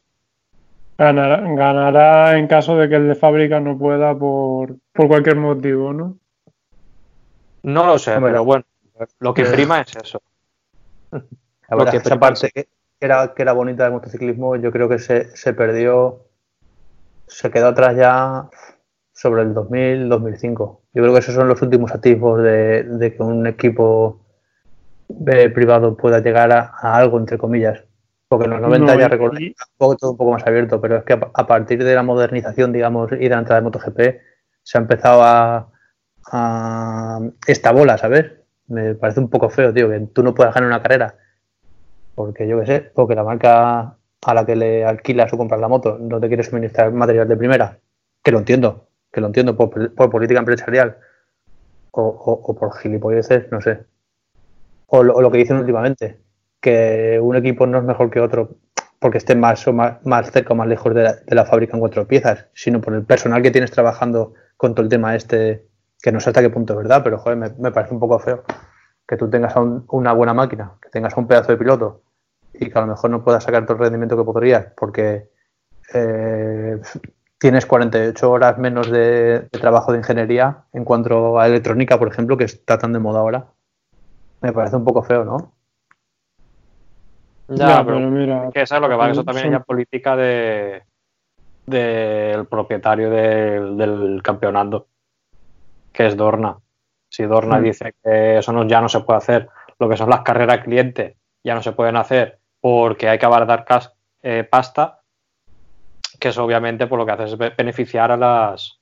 Ganará en caso de que el de fábrica no pueda por cualquier motivo, ¿no? No lo sé, pero bueno, lo que prima es eso. La verdad, esa parte que era bonita del motociclismo, yo creo que se perdió, se quedó atrás ya sobre el 2000-2005. Yo creo que esos son los últimos atisbos de que un equipo privado pueda llegar a algo, entre comillas. Porque en los 90 ya recordé todo un poco más abierto, pero es que a partir de la modernización, digamos, y de la entrada de MotoGP, se ha empezado a esta bola, ¿sabes? Me parece un poco feo, tío, que tú no puedas ganar una carrera porque yo qué sé, porque la marca a la que le alquilas o compras la moto no te quiere suministrar material de primera, que lo entiendo por política empresarial o por gilipolleces, no sé. O lo que dicen últimamente, que un equipo no es mejor que otro porque esté más cerca o más lejos de la fábrica en 4 piezas, sino por el personal que tienes trabajando con todo el tema que no sé hasta qué punto es verdad, pero joder, me parece un poco feo que tú tengas una buena máquina, que tengas un pedazo de piloto y que a lo mejor no puedas sacar todo el rendimiento que podrías porque tienes 48 horas menos de trabajo de ingeniería en cuanto a electrónica, por ejemplo, que está tan de moda ahora. Me parece un poco feo, ¿no? Ya, pero mira, que eso es lo que va, eso también es ya política del propietario del campeonato, que es Dorna. Si Dorna dice que eso ya no se puede hacer, lo que son las carreras cliente ya no se pueden hacer porque hay que abaratar pasta, que eso obviamente por lo que hace es beneficiar a las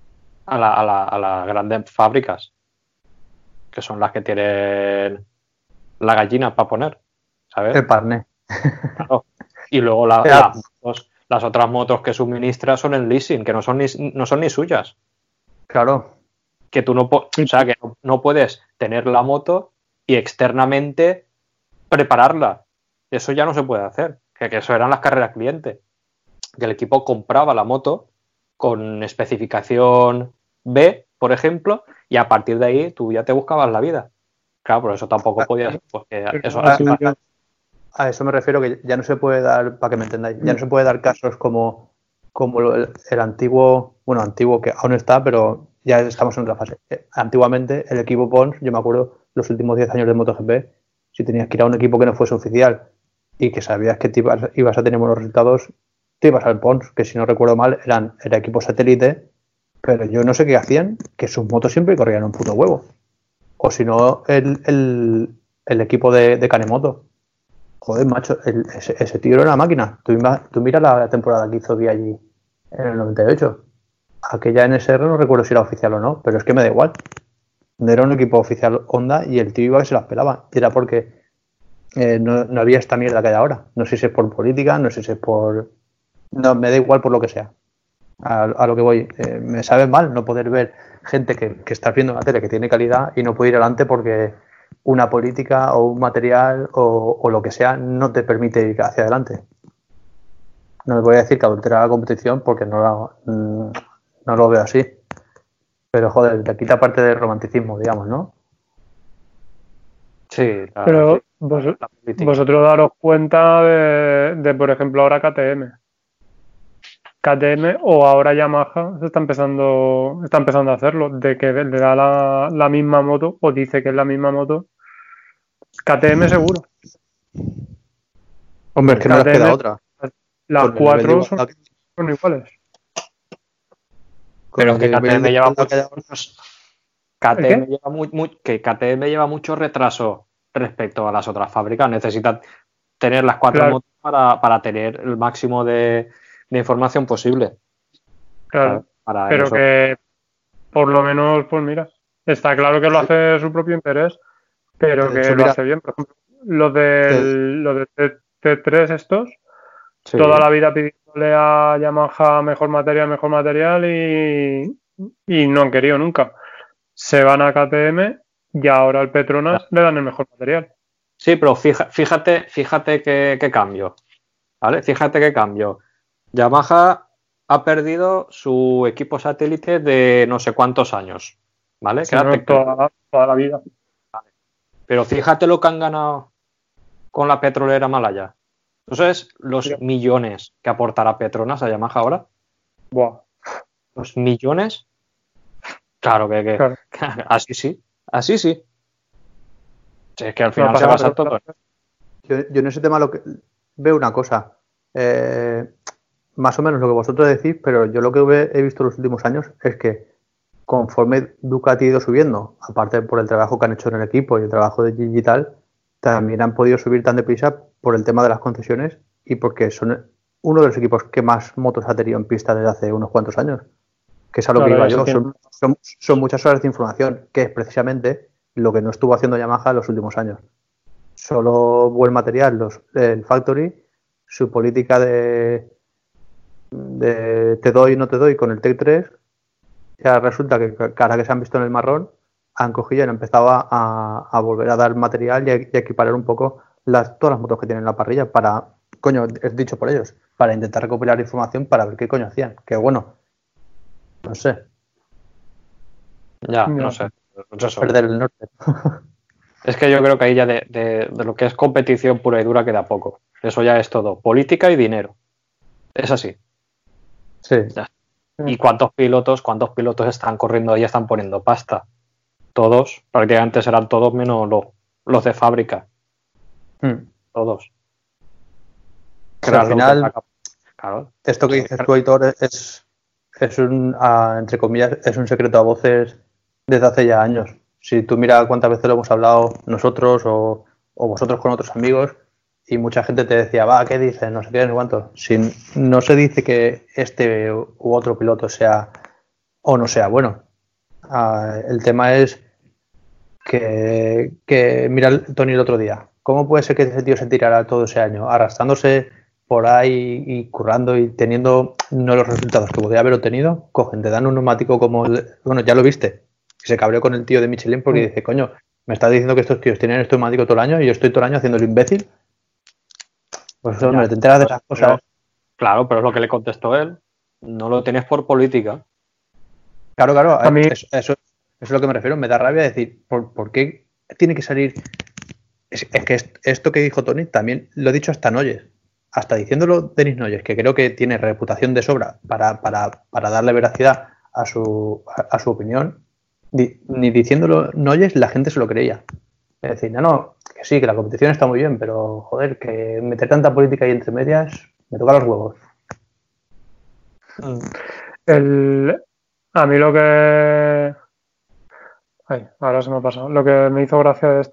grandes fábricas, que son las que tienen la gallina para poner, ¿sabes? El parné. Claro. Y luego las otras motos que suministra son en leasing, que no son ni suyas. Claro. Que tú no puedes tener la moto y externamente prepararla. Eso ya no se puede hacer. Que eso eran las carreras cliente. Que el equipo compraba la moto con especificación B, por ejemplo, y a partir de ahí tú ya te buscabas la vida. Claro, pero eso tampoco podías. Porque eso a eso me refiero, que ya no se puede dar, para que me entendáis, ya no se puede dar casos como el antiguo, bueno, antiguo que aún está, pero ya estamos en otra fase. Antiguamente el equipo Pons, yo me acuerdo los últimos 10 años de MotoGP, si tenías que ir a un equipo que no fuese oficial y que sabías que ibas a tener buenos resultados, te ibas al Pons, que si no recuerdo mal era equipo satélite, pero yo no sé qué hacían, que sus motos siempre corrían un puto huevo. O si no, el equipo de Kanemoto. Joder, macho, ese tío era una máquina. Tú mira la temporada que hizo allí en el 98. Aquella NSR no recuerdo si era oficial o no, pero es que me da igual. Era un equipo oficial Honda y el tío iba que se las pelaba. Y era porque no había esta mierda que hay ahora. No sé si es por política, no sé si es por... No, me da igual por lo que sea. A lo que voy. Me sabe mal no poder ver gente que estás viendo en la tele que tiene calidad y no puede ir adelante porque una política o un material o lo que sea no te permite ir hacia adelante. No les voy a decir que adultera la competición porque no lo veo así. Pero, joder, te quita parte del romanticismo, digamos, ¿no? Sí, Pero la política. vosotros daros cuenta de, por ejemplo, ahora KTM. KTM o ahora Yamaha está empezando a hacerlo, de que le da la misma moto o dice que es la misma moto. KTM seguro. Hombre, es que no les queda otra. Las Con el cuatro nivel de son iguales. Pero con que el nivel KTM de lleva igualdad que hay ahora. muchos, ¿El qué? que KTM lleva mucho retraso respecto a las otras fábricas. Necesita tener las 4 Claro. motos para tener el máximo de información posible. Claro. Para Pero eso. que por lo menos, pues mira, está claro que lo hace de su propio interés, pero De que hecho, lo mira, hace bien. Por ejemplo, los de T3 estos, Sí. toda la vida pidiéndole a Yamaha mejor material y no han querido nunca. Se van a KTM y ahora al Petronas le dan el mejor material. Sí, pero fíjate qué cambio. ¿Vale? Fíjate qué cambio. Yamaha ha perdido su equipo satélite de no sé cuántos años. ¿Vale? Si no, toda la vida. Pero fíjate lo que han ganado con la petrolera malaya. Entonces, los Ya. millones que aportará Petronas a Yamaha ahora, Buah, los millones, claro que claro. así sí. Si es que al No final se pasa basa nada, todo. yo en ese tema veo una cosa. Más o menos lo que vosotros decís, pero yo lo que he visto en los últimos años es que conforme Ducati ha ido subiendo, aparte por el trabajo que han hecho en el equipo y el trabajo de digital, también han podido subir tan deprisa por el tema de las concesiones y porque son uno de los equipos que más motos ha tenido en pista desde hace unos cuantos años. Que es a lo que Claro, iba eso yo. tiene- Son muchas horas de información, que es precisamente lo que no estuvo haciendo Yamaha en los últimos años. Solo buen material, el Factory, su política de te doy no te doy con el Tech 3, ya resulta que ahora que se han visto en el marrón, han cogido y han empezado a volver a dar material y a equiparar un poco todas las motos que tienen en la parrilla para, coño, es dicho por ellos, para intentar recopilar información para ver qué coño hacían. Que bueno, no sé, Ya, Ya. no sé. Pues eso. perder el norte. Es que yo creo que ahí ya de lo que es competición pura y dura queda poco. Eso ya es todo. Política y dinero. Es así. Sí. Ya. ¿Y cuántos pilotos están corriendo ahí y están poniendo pasta? Todos, prácticamente serán todos menos los de fábrica. Todos. Al final, claro. esto que dices tú, Aitor, es un, entre comillas, es un secreto a voces desde hace ya años. Si tú miras cuántas veces lo hemos hablado nosotros o vosotros con otros amigos y mucha gente te decía, va, ¿qué dices? No sé qué, no sé cuánto. Si no se dice que este u otro piloto sea o no sea bueno. El tema es que mira Tony el otro día. ¿Cómo puede ser que ese tío se tirara todo ese año arrastrándose por ahí y currando y teniendo no los resultados que podría haber obtenido? Cogen, te dan un neumático como bueno, ya lo viste, que se cabreó con el tío de Michelin porque dice, coño, me estás diciendo que estos tíos tienen este neumático todo el año y yo estoy todo el año haciendo el imbécil. Pues hombre, te enteras de esas cosas. Claro, pero es lo que le contestó él. No lo tienes por política. Claro, A mí- eso es a lo que me refiero. Me da rabia decir, ¿por qué tiene que salir? Es que esto que dijo Tony también lo he dicho hasta Noyes. Hasta diciéndolo Denis Noyes, que creo que tiene reputación de sobra para darle veracidad a su opinión, ni diciéndolo Noyes la gente se lo creía. Es decir, no, que sí, que la competición está muy bien, pero joder, que meter tanta política ahí entre medias me toca los huevos. A mí lo que... Ay, ahora se me ha pasado. Lo que me hizo gracia de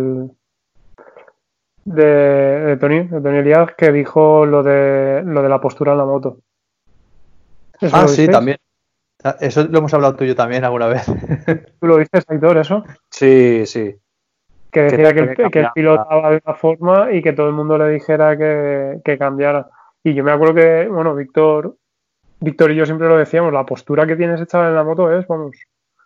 de Tony Elias, que dijo lo de la postura en la moto. ¿Eso lo Sí, visteis? también. Eso lo hemos hablado tú y yo también alguna vez. ¿Tú lo viste, Aitor, eso? Sí, sí. Que decía que él cambiar. pilotaba de una forma y que todo el mundo le dijera que cambiara. Y yo me acuerdo que, bueno, Víctor y yo siempre lo decíamos, la postura que tiene ese chaval en la moto es, vamos,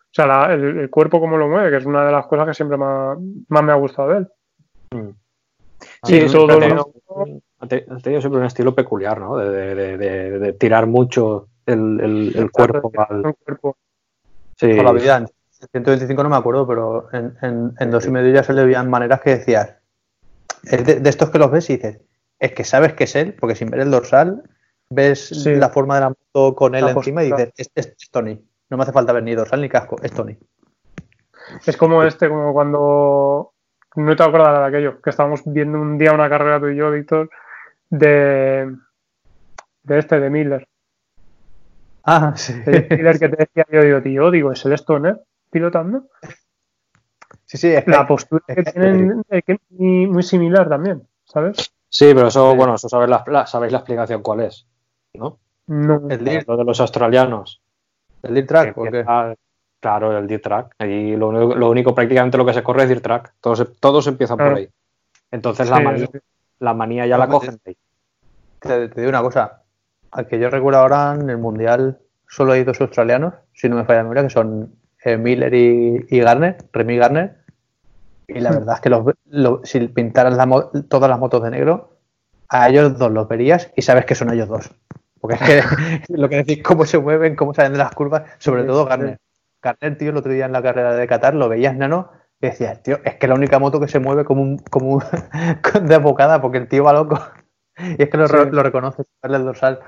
sea, el cuerpo cómo lo mueve, que es una de las cosas que siempre más me ha gustado de él. Sí, todo ha tenido siempre un estilo peculiar, ¿no? De tirar mucho el cuerpo al... Sí. Toda la vida, en 125 no me acuerdo, pero en 2,5 ya se le veían maneras que decías, es de estos que los ves y dices, es que sabes que es él, porque sin ver el dorsal ves la forma de la moto con él encima y dices, es Tony. No me hace falta ver ni dorsal ni casco, es Tony. Es como como cuando... No te acuerdas de aquello, que estábamos viendo un día una carrera tú y yo, Víctor, de Miller. Ah, sí. De Miller, que te decía tío, ¿es el Stoner pilotando? Sí, es la postura que tienen es muy similar también, ¿sabes? Sí, pero eso, bueno, eso sabéis la explicación cuál es, ¿no? No. Lo de los australianos. ¿El dirt track? ¿Por qué? Claro, el dirt track. Ahí lo único prácticamente lo que se corre es dirt track. Todos empiezan por ahí. Entonces la manía ya la cogen ahí. Te digo una cosa. Al que yo recuerdo ahora en el Mundial solo hay 2 australianos, si no me falla la memoria, que son Miller y Garner, Remy Garner. Y la verdad es que si pintaras todas las motos de negro, a ellos 2 los verías y sabes que son ellos 2. Porque es que lo que decís, cómo se mueven, cómo salen de las curvas, sobre todo Garner. Garner, tío, el otro día en la carrera de Qatar lo veías nano y decías, tío, es que la única moto que se mueve como desbocada porque el tío va loco. Y es que lo reconoces, verle el dorsal.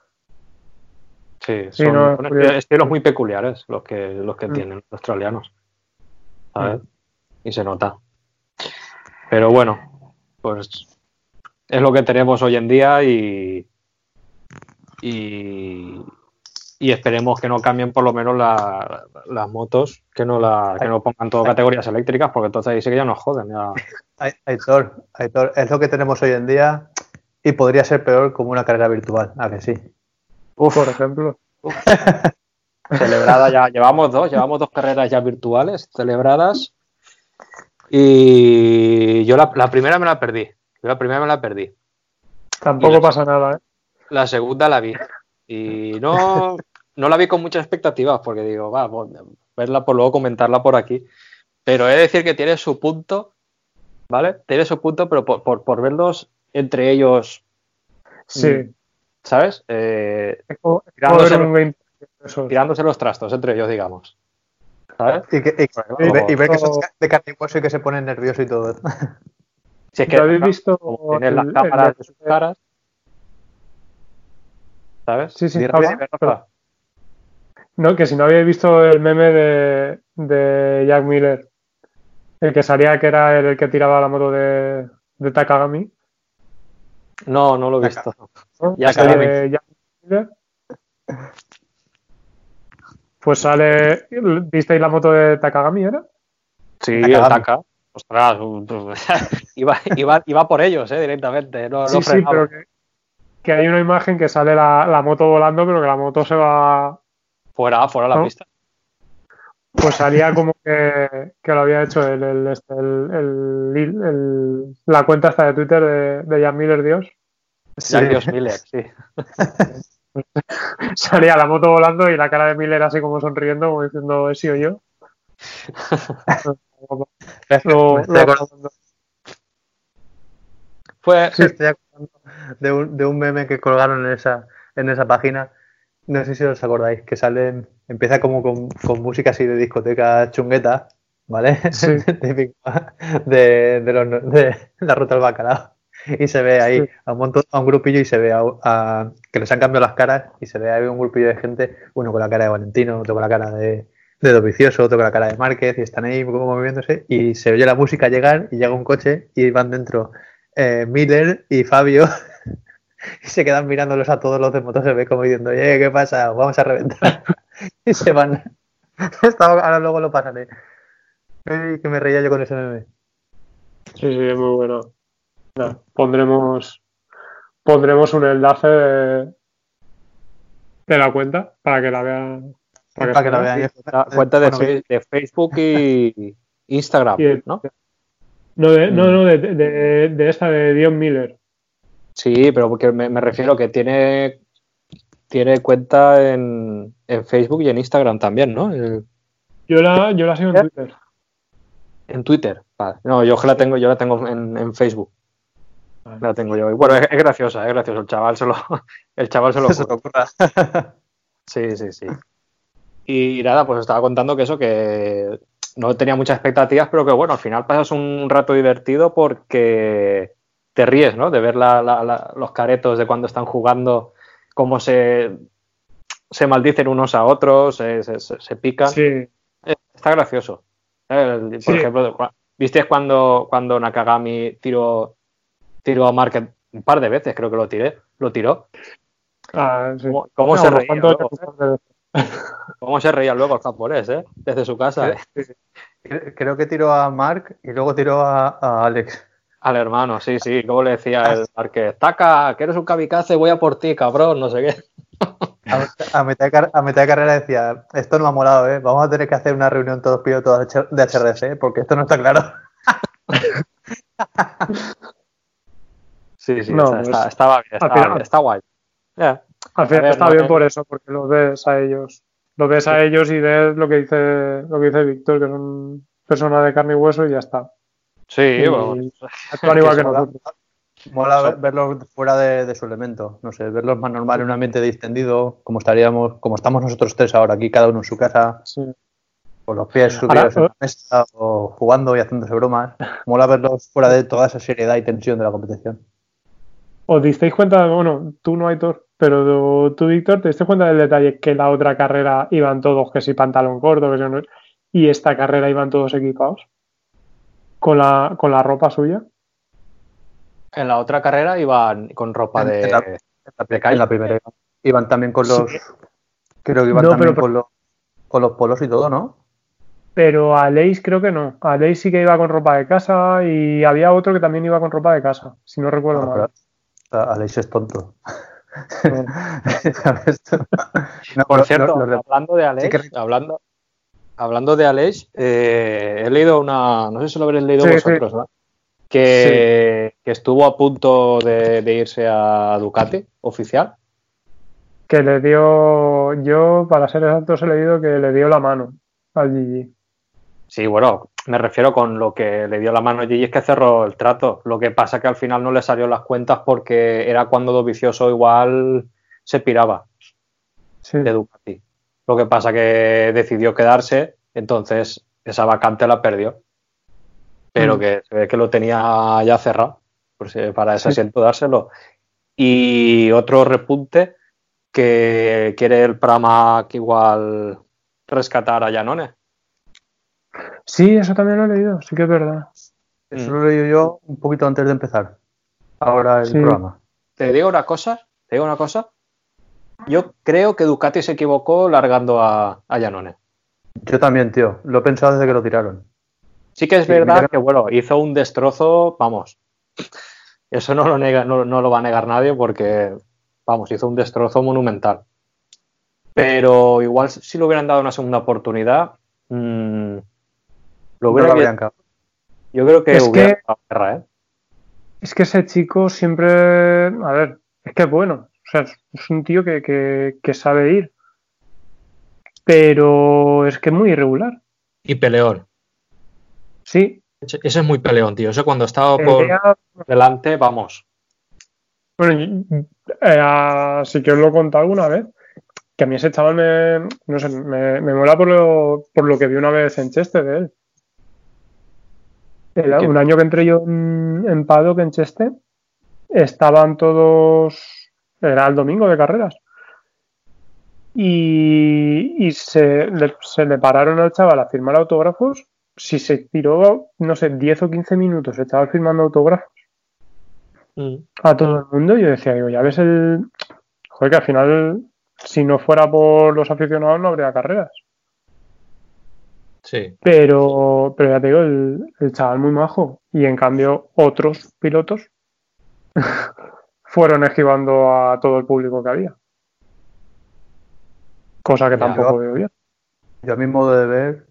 Sí, son estilos muy peculiares los que tienen los australianos. ¿Sabes? Y se nota. Pero bueno, pues es lo que tenemos hoy en día y esperemos que no cambien por lo menos las motos, que no pongan todo categorías eléctricas, porque entonces ahí sí que ya nos joden. Ya. Aitor, es lo que tenemos hoy en día y podría ser peor como una carrera virtual, ¿a que sí? Por ejemplo. Celebrada ya, llevamos 2 carreras ya virtuales celebradas y yo la primera me la perdí. Tampoco pasa nada, ¿eh? La segunda la vi y no la vi con muchas expectativas porque digo, verla por luego comentarla por aquí, pero he de decir que tiene su punto, ¿vale? Tiene su punto, pero por verlos entre ellos, sí, ¿sabes? Tirándose los trastos entre ellos, digamos. ¿Sabes? Y ver que son de carne y hueso y que se ponen nerviosos y todo. Si es que habéis visto como tienen las cámaras de sus caras, ¿sabes? Sí. No, que si no habéis visto el meme de Jack Miller, el que salía que era el que tiraba la moto de Takagami. No lo he visto. ¿No? Jack Miller. Pues sale. ¿Visteis la moto de Takagami, era? Sí, el Taka. Ostras, iba por ellos, directamente. No sí, pero que hay una imagen que sale la moto volando, pero que la moto se va fuera la pista. Pues salía como que lo había hecho la cuenta esta de Twitter de Jack Miller Dios. Jack Dios Miller, sí. Salía la moto volando y la cara de Miller así como sonriendo, como diciendo, ¿he sido yo? Estoy acordando de un meme que colgaron en esa página. No sé si os acordáis, que empieza como con música así de discoteca chungueta, ¿vale? Sí. de la ruta al bacalao. Y se ve ahí a un grupillo y se ve que les han cambiado las caras y se ve ahí un grupillo de gente, uno con la cara de Valentino, otro con la cara de Dovizioso, otro con la cara de Márquez, y están ahí como moviéndose y se oye la música llegar y llega un coche y van dentro Miller y Fabio y se quedan mirándolos a todos los de moto, se ve como diciendo, ¿qué pasa? Vamos a reventar. Y se van. Ahora luego lo pasaré. Que me reía yo con ese meme. Sí, es muy bueno. No, pondremos un enlace de la cuenta para que la vean. Para que la vean. La cuenta de Facebook y Instagram, ¿no? No, de esta de Dion Miller. Sí, pero porque me refiero que tiene cuenta en Facebook y en Instagram también, ¿no? Yo la sigo en Twitter. En Twitter, vale. No, yo la tengo en Facebook. Vale. La tengo yo. Bueno, es graciosa, es gracioso. El chaval se lo Se te ocurra. Sí. Y nada, pues estaba contando que no tenía muchas expectativas, pero que bueno, al final pasas un rato divertido porque te ríes, ¿no? De ver los caretos de cuando están jugando, cómo se maldicen unos a otros, se pican. Sí. Está gracioso. Por ejemplo, ¿viste cuando Nakagami tiró a Market un par de veces? Creo que lo tiró. Sí. ¿Cómo se reía luego? De... ¿Cómo se reía luego el japonés, desde su casa? Creo que tiró a Mark y luego tiró a Alex. Al hermano, sí. Como le decía el Marqués, Taka, que eres un kamikaze, voy a por ti, cabrón, no sé qué. A mitad de carrera decía, esto no me ha molado, vamos a tener que hacer una reunión todos pilotos de HRC, porque esto no está claro. Sí, no, estaba bien, está guay. Yeah. Al final está bien por eso, porque los ves a ellos y ves lo que dice Víctor, que son personas de carne y hueso y ya está. Sí, bueno, actúan igual que nosotros. Mola verlos fuera de su elemento, no sé, verlos más normal en un ambiente distendido, como estamos nosotros tres ahora aquí, cada uno en su casa, con los pies subidos en la mesa o jugando y haciéndose bromas. Mola verlos fuera de toda esa seriedad y tensión de la competición. ¿Os disteis cuenta? Bueno, tú no, Aitor, pero tú, Víctor, ¿te diste cuenta del detalle que la otra carrera iban todos, que si pantalón corto, que si no, y esta carrera iban todos equipados con la ropa suya? En la otra carrera iban con ropa en la primera iban también con los... Sí. Creo que iban también con los polos y todo, ¿no? Pero Aleix creo que no. Aleix sí que iba con ropa de casa y había otro que también iba con ropa de casa, si no recuerdo mal. Aleix es tonto. No, por cierto, hablando de Aleix, sí hablando de Aleix, he leído no sé si lo habréis leído vosotros, ¿no? Que estuvo a punto de irse a Ducati, oficial. Que le dio, yo para ser exactos he leído que le dio la mano al Gigi. Sí, bueno, me refiero con lo que le dio la mano a Gigi es que cerró el trato. Lo que pasa que al final no le salió las cuentas porque era cuando Dovizioso igual se piraba de Ducati. Lo que pasa que decidió quedarse, entonces esa vacante la perdió. Pero que se ve que lo tenía ya cerrado, pues para ese asiento dárselo. Y otro repunte que quiere el Pramac igual rescatar a Iannone. Sí, eso también lo he leído, sí que es verdad. Eso lo he leído yo un poquito antes de empezar. Ahora el programa. Te digo una cosa. Yo creo que Ducati se equivocó largando a Iannone. Yo también, tío. Lo he pensado desde que lo tiraron. Sí que es verdad que, bueno, hizo un destrozo, vamos. Eso no lo va a negar nadie porque, vamos, hizo un destrozo monumental. Pero igual si le hubieran dado una segunda oportunidad, yo creo que hubiera dado guerra, Es que ese chico siempre, a ver, es que es bueno. O sea, es un tío que sabe ir. Pero es que es muy irregular. Y peleón. Sí. Ese es muy peleón, tío. Eso cuando estaba por delante, vamos. Bueno, sí que os lo he contado alguna vez, que a mí ese chaval me mola por lo que vi una vez en Cheste de él. Un año que entré yo en Paddock en Cheste, estaban todos, era el domingo de carreras, y se le pararon al chaval a firmar autógrafos. Si se tiró, no sé, 10 o 15 minutos el chaval firmando autógrafos a todo el mundo. Y yo decía, ya ves joder, que al final, si no fuera por los aficionados no habría carreras. Sí. Pero ya te digo, el chaval muy majo. Y en cambio otros pilotos fueron esquivando a todo el público que había. Cosa que tampoco veo bien. Yo a mi modo de ver,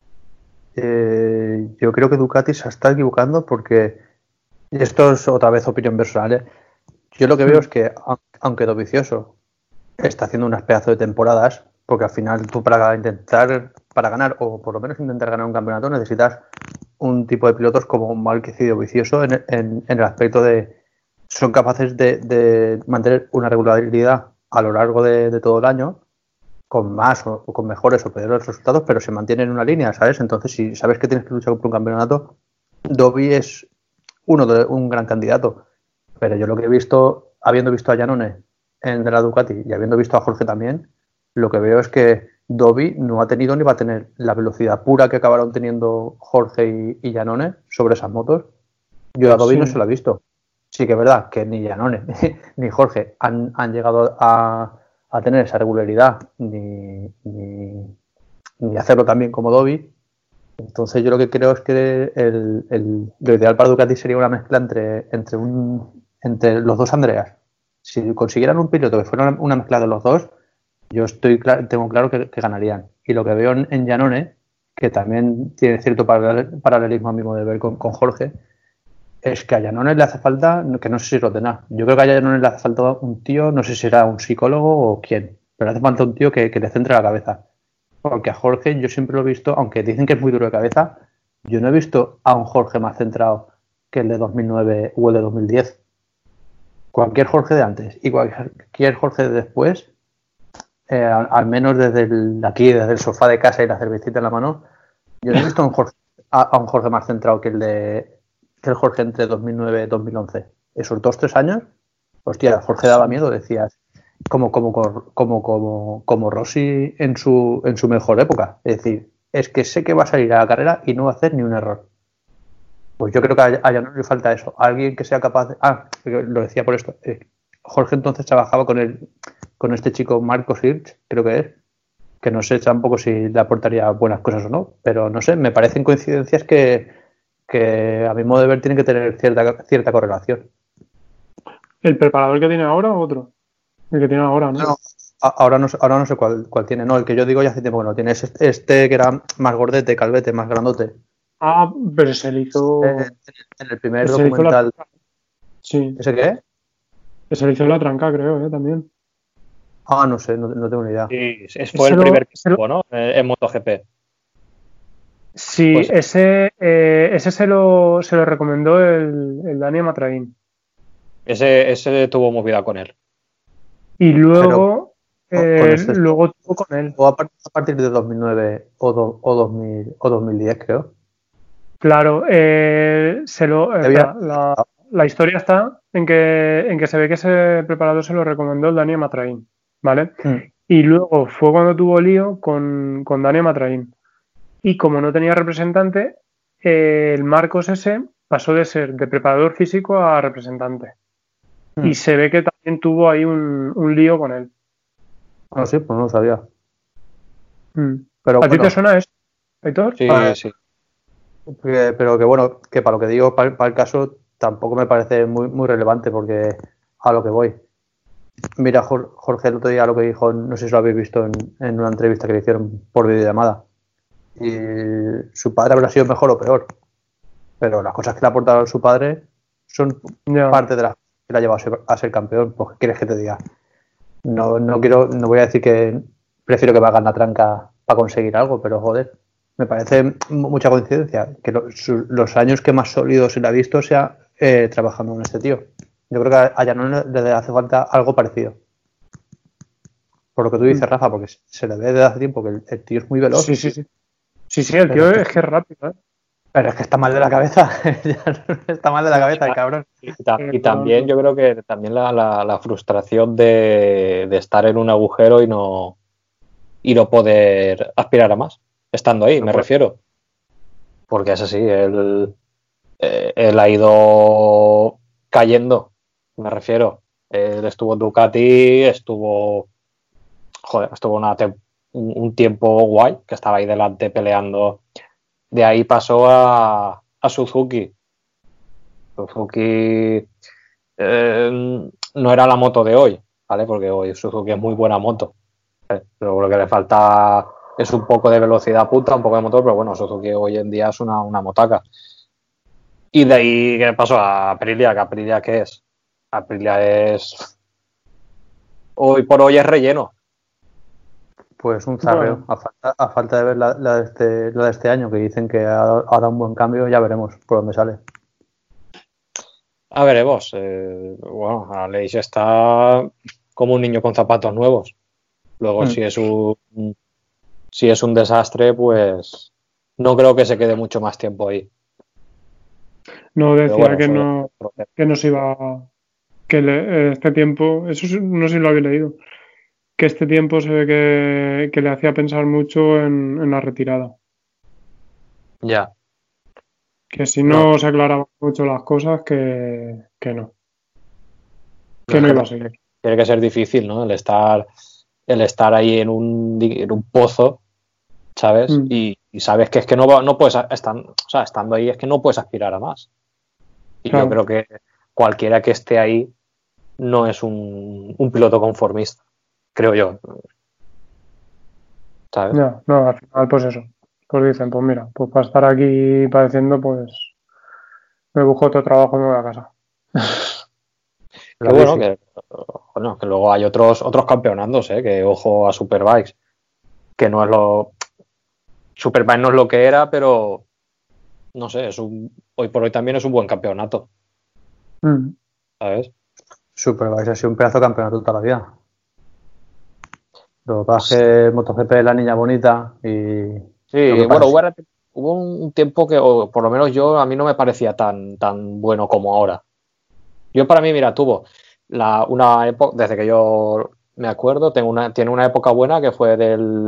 yo creo que Ducati se está equivocando porque, y esto es otra vez opinión personal, yo lo que veo es que, aunque Dovizioso está haciendo unas pedazos de temporadas, Porque al final tú para ganar, o por lo menos intentar ganar un campeonato, necesitas un tipo de pilotos como Márquez y Dovizioso en el aspecto de son capaces de mantener una regularidad a lo largo de todo el año, con más o con mejores o peores resultados, pero se mantiene en una línea, ¿sabes? Entonces, si sabes que tienes que luchar por un campeonato, Dovi es un gran candidato. Pero yo lo que he visto, habiendo visto a Iannone en de la Ducati y habiendo visto a Jorge también, lo que veo es que Dovi no ha tenido ni va a tener la velocidad pura que acabaron teniendo Jorge y Iannone sobre esas motos. Yo a Dovi no se lo he visto. Sí que es verdad que ni Iannone ni Jorge han llegado a tener esa regularidad ni hacerlo tan bien como Dovi. Entonces yo lo que creo es que lo ideal para Ducati sería una mezcla entre los dos Andreas. Si consiguieran un piloto que fuera una mezcla de los dos, yo tengo claro que ganarían. Y lo que veo en Iannone, que también tiene cierto paralelismo a mi modo de ver con Jorge, es que a Iannone le hace falta, que no sé si lo tendrá. Yo creo que a Iannone le hace falta un tío, no sé si será un psicólogo o quién, pero le hace falta un tío que le centre la cabeza. Porque a Jorge yo siempre lo he visto, aunque dicen que es muy duro de cabeza, yo no he visto a un Jorge más centrado que el de 2009 o el de 2010. Cualquier Jorge de antes y cualquier Jorge de después, al menos desde el sofá de casa y la cervecita en la mano, yo no he visto a un Jorge más centrado que el Jorge entre 2009 y 2011. Esos 2-3 años, hostia, Jorge daba miedo, decías, como Rossi en su mejor época. Es decir, es que sé que va a salir a la carrera y no va a hacer ni un error. Pues yo creo que a Iannone le falta eso. Alguien que sea capaz de... lo decía por esto. Jorge entonces trabajaba con este chico Marcos Hirsch, creo que no sé tampoco si le aportaría buenas cosas o no, pero no sé, me parecen coincidencias que a mi modo de ver tienen que tener cierta correlación. ¿El preparador que tiene ahora o otro? El que tiene ahora, ¿no? No, ahora no sé cuál tiene. No, el que yo digo ya hace tiempo que no tiene. Es este que era más gordete, calvete, más grandote. Ah, pero se le hizo... En el primer documental. Sí. ¿Ese qué es? Se le hizo la tranca, creo, también. Ah, no sé, no tengo ni idea. Sí, fue el primer equipo, ¿no? En MotoGP. Sí, pues, ese se lo recomendó el Dani Matraín. Ese tuvo movida con él. Y luego, luego tuvo con él. O a partir de 2009 o 2010, creo. Claro, la historia está en que se ve que ese preparador se lo recomendó el Dani Matraín, ¿vale? Y luego fue cuando tuvo lío con Dani Matraín. Y como no tenía representante, el Marcos ese pasó de ser de preparador físico a representante. Y se ve que también tuvo ahí un lío con él. Ah, sí, pues no lo sabía. Pero ¿a ti te suena eso, Aitor? Sí. Pero que bueno, que para lo que digo, para el caso, tampoco me parece muy relevante, porque a lo que voy. Mira, Jorge el otro día lo que dijo, no sé si lo habéis visto en una entrevista que le hicieron por videollamada. Y su padre habrá sido mejor o peor, pero las cosas que le ha aportado su padre son parte de las que le ha llevado a ser campeón. Pues, ¿qué quieres que te diga? No voy a decir que prefiero que me hagan la tranca para conseguir algo, pero joder, me parece mucha coincidencia que los años que más sólidos se le ha visto sea trabajando con este tío. Yo creo que a Iannone le hace falta algo parecido. Por lo que tú dices, Rafa, porque se le ve desde hace tiempo que el tío es muy veloz. Sí, el tío es que es rápido, ¿eh? Pero es que está mal de la cabeza. Está mal de la cabeza el cabrón. Y también yo creo que también la frustración de estar en un agujero y no poder aspirar a más, estando ahí, me refiero. Porque es así, él ha ido cayendo, me refiero. Él estuvo en Ducati, estuvo un tiempo guay, que estaba ahí delante peleando. De ahí pasó a Suzuki. Suzuki no era la moto de hoy, ¿vale? Porque hoy Suzuki es muy buena moto. Pero lo que le falta es un poco de velocidad punta, un poco de motor, pero bueno, Suzuki hoy en día es una motaca. Y de ahí, ¿qué pasó? A Aprilia, que Aprilia, ¿qué es? Aprilia es... Hoy por hoy es relleno. Pues un zarreo. Bueno. A falta de ver la de este año, que dicen que ha dado un buen cambio, ya veremos por dónde sale. A veremos. Bueno, Aleix está como un niño con zapatos nuevos. Luego, si es un desastre, pues no creo que se quede mucho más tiempo ahí. No, Pero decía bueno, que no se iba. Este tiempo, eso no sé si lo había leído, que este tiempo se ve que le hacía pensar mucho en la retirada. ya. Que si No. no se aclaraban mucho las cosas, que no. Que no iba a seguir. Tiene que ser difícil, ¿no? El estar ahí en un pozo, ¿sabes? Y sabes que es que no puedes estando ahí es que no puedes aspirar a más. Y Claro. yo creo que cualquiera que esté ahí no es un piloto conformista, creo yo. ¿Sabes? No, al final, pues eso. Pues dicen, pues mira, pues para estar aquí padeciendo, pues me busco otro trabajo y me voy a casa. Que bueno, que luego hay otros campeonatos, que ojo a Superbikes, que no es Superbike no es lo que era, pero no sé, hoy por hoy también es un buen campeonato, ¿sabes? Superbike ha sido un pedazo de campeonato toda la vida. Lo que pasa es que MotoGP es la niña bonita y... Sí, bueno, hubo un tiempo que, o por lo menos a mí no me parecía tan bueno como ahora. Yo para mí, mira, tuvo una época, desde que yo me acuerdo, tiene una época buena que fue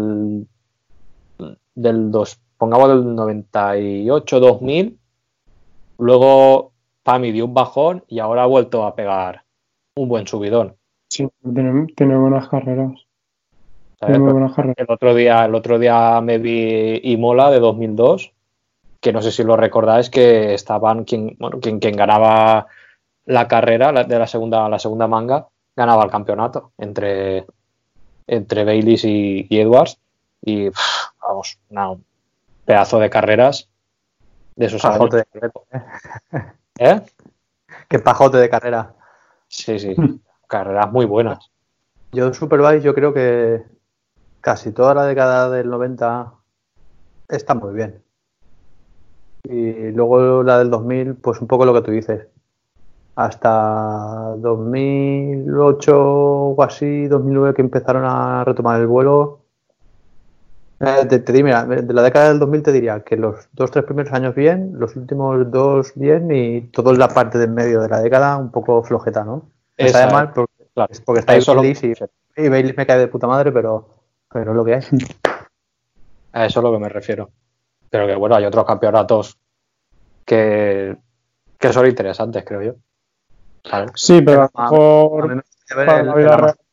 pongamos del 98-2000, luego para mí dio un bajón y ahora ha vuelto a pegar un buen subidón. Sí, tiene buenas carreras. ¿Sabes? Tiene muy buenas carreras. El otro día me vi Imola de 2002, que no sé si lo recordáis, que estaban quien ganaba la carrera de la segunda manga, ganaba el campeonato entre Bayliss y Edwards, y vamos, un pedazo de carreras de esos pajote años. de Qué pajote de carrera. Sí, carreras muy buenas. Yo de Superbike yo creo que casi toda la década del 90 está muy bien. Y luego la del 2000, pues un poco lo que tú dices. Hasta 2008 o así, 2009, que empezaron a retomar el vuelo. Mira, de la década del 2000 te diría que los 2-3 primeros años bien, los últimos 2 bien y toda la parte del medio de la década un poco flojeta, ¿no? Me sabe mal porque está Bayliss y Bayliss me cae de puta madre, pero es lo que hay. A eso es lo que me refiero. Pero que bueno, hay otros campeonatos que son interesantes, creo yo. ¿Sabes? Sí, pero a lo mejor para la vida real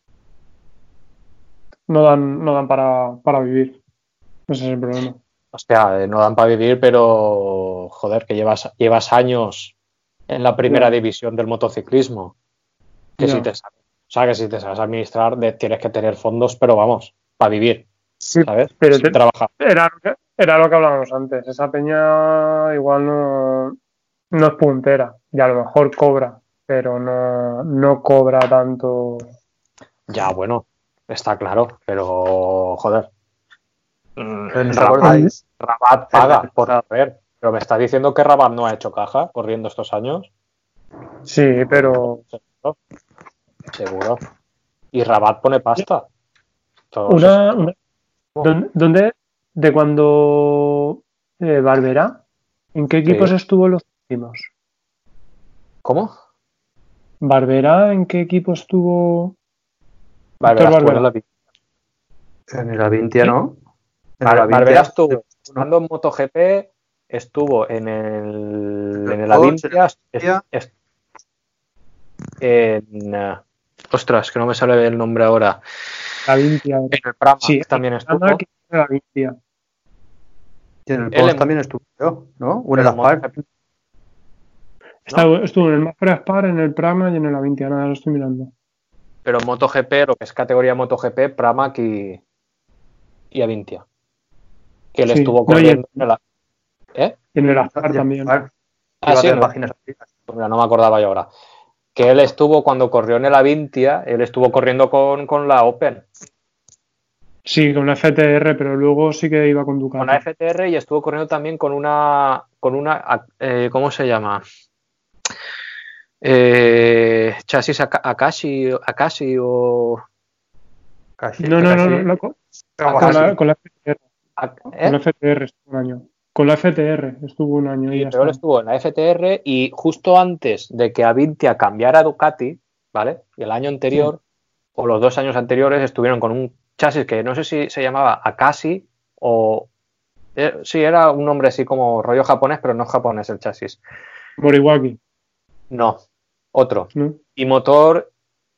no dan para vivir. Ese es el problema. Hostia, no dan para vivir, pero joder, que llevas años en la primera división del motociclismo. Que si te sabes administrar, tienes que tener fondos, pero vamos, para vivir. Sí, ¿sabes? pero sin trabajar. Era lo que hablábamos antes. Esa peña igual no es puntera y a lo mejor cobra, pero no cobra tanto. Ya, bueno, está claro, pero joder. Rabat paga por correr, pero me está diciendo que Rabat no ha hecho caja corriendo estos años. Sí, pero seguro. Y Rabat pone pasta. ¿Dónde? ¿De cuando Barberá? ¿En qué equipos estuvo los últimos? ¿Cómo? ¿Barberá en qué equipo estuvo? Barberá estuvo en la Vintia. En el Avintia, ¿no? Barberá estuvo jugando en MotoGP, estuvo en el Avintia. Ostras, que no me sale el nombre ahora. Avintia. En el Prama sí, también estuvo. En la Avintia. Y en el Post también estuvo yo, ¿no? O en el Aspar. Estuvo en el Mapfre Aspar, en el Prama y en el Avintia. Nada, lo estoy mirando. Pero en MotoGP, lo que es categoría MotoGP, Pramac y Avintia. Que él estuvo corriendo en el... En el Aspar también. Sí, no me acordaba yo ahora. Que él estuvo, cuando corrió en el Avintia, él estuvo corriendo con la Open. Sí, con la FTR, pero luego sí que iba con Ducati. Con la FTR y estuvo corriendo también con una ¿cómo se llama? Chasis Akashi o Casi, No, con la FTR. Con la ¿eh? FTR estuvo un año. Con la FTR estuvo un año y Sí, ya pero él está. estuvo en la FTR y justo antes de que Avintia cambiara a Ducati, ¿vale? Y el año anterior, o los 2 años anteriores, estuvieron con un chasis que no sé si se llamaba Akashi o... sí, era un nombre así como rollo japonés, pero no es japonés el chasis. Moriwaki, No, otro. ¿no? Y motor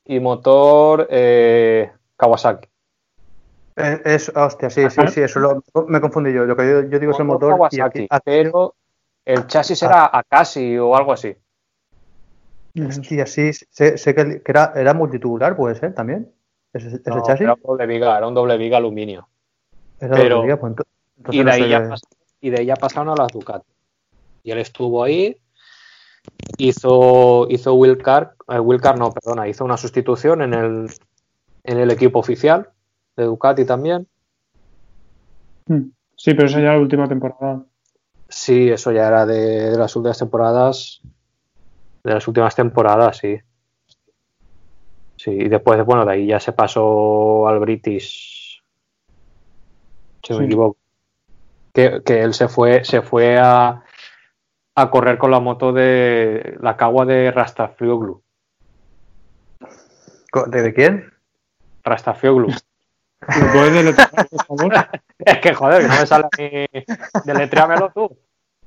Kawasaki. Hostia, sí, eso me confundí yo. Lo que yo digo es el Motor motor y Kawasaki, pero el chasis ah, era Akashi o algo así. hostia, sí, sé que era multitubular, puede ser también. Ese No, chasis era un doble viga aluminio. era doble Pero vía, pues Y entonces de no ahí ya sé. y de ahí ya pasaron a las Ducati. Y él estuvo ahí, hizo Wilcar no, perdona, hizo una sustitución en el equipo oficial de Ducati también. Sí, pero esa ya la última temporada. Sí, eso ya era de las últimas temporadas. De las últimas temporadas, sí. Sí, y después, bueno, de ahí ya se pasó al British, si no me Sí. equivoco. Que él se fue a correr con la moto de la Kawa de Rastafioglu. ¿De quién? Rastafioglu. ¿Me puedes deletrear, por favor? Es que, joder, que no me sale a mí. Deletréamelo tú.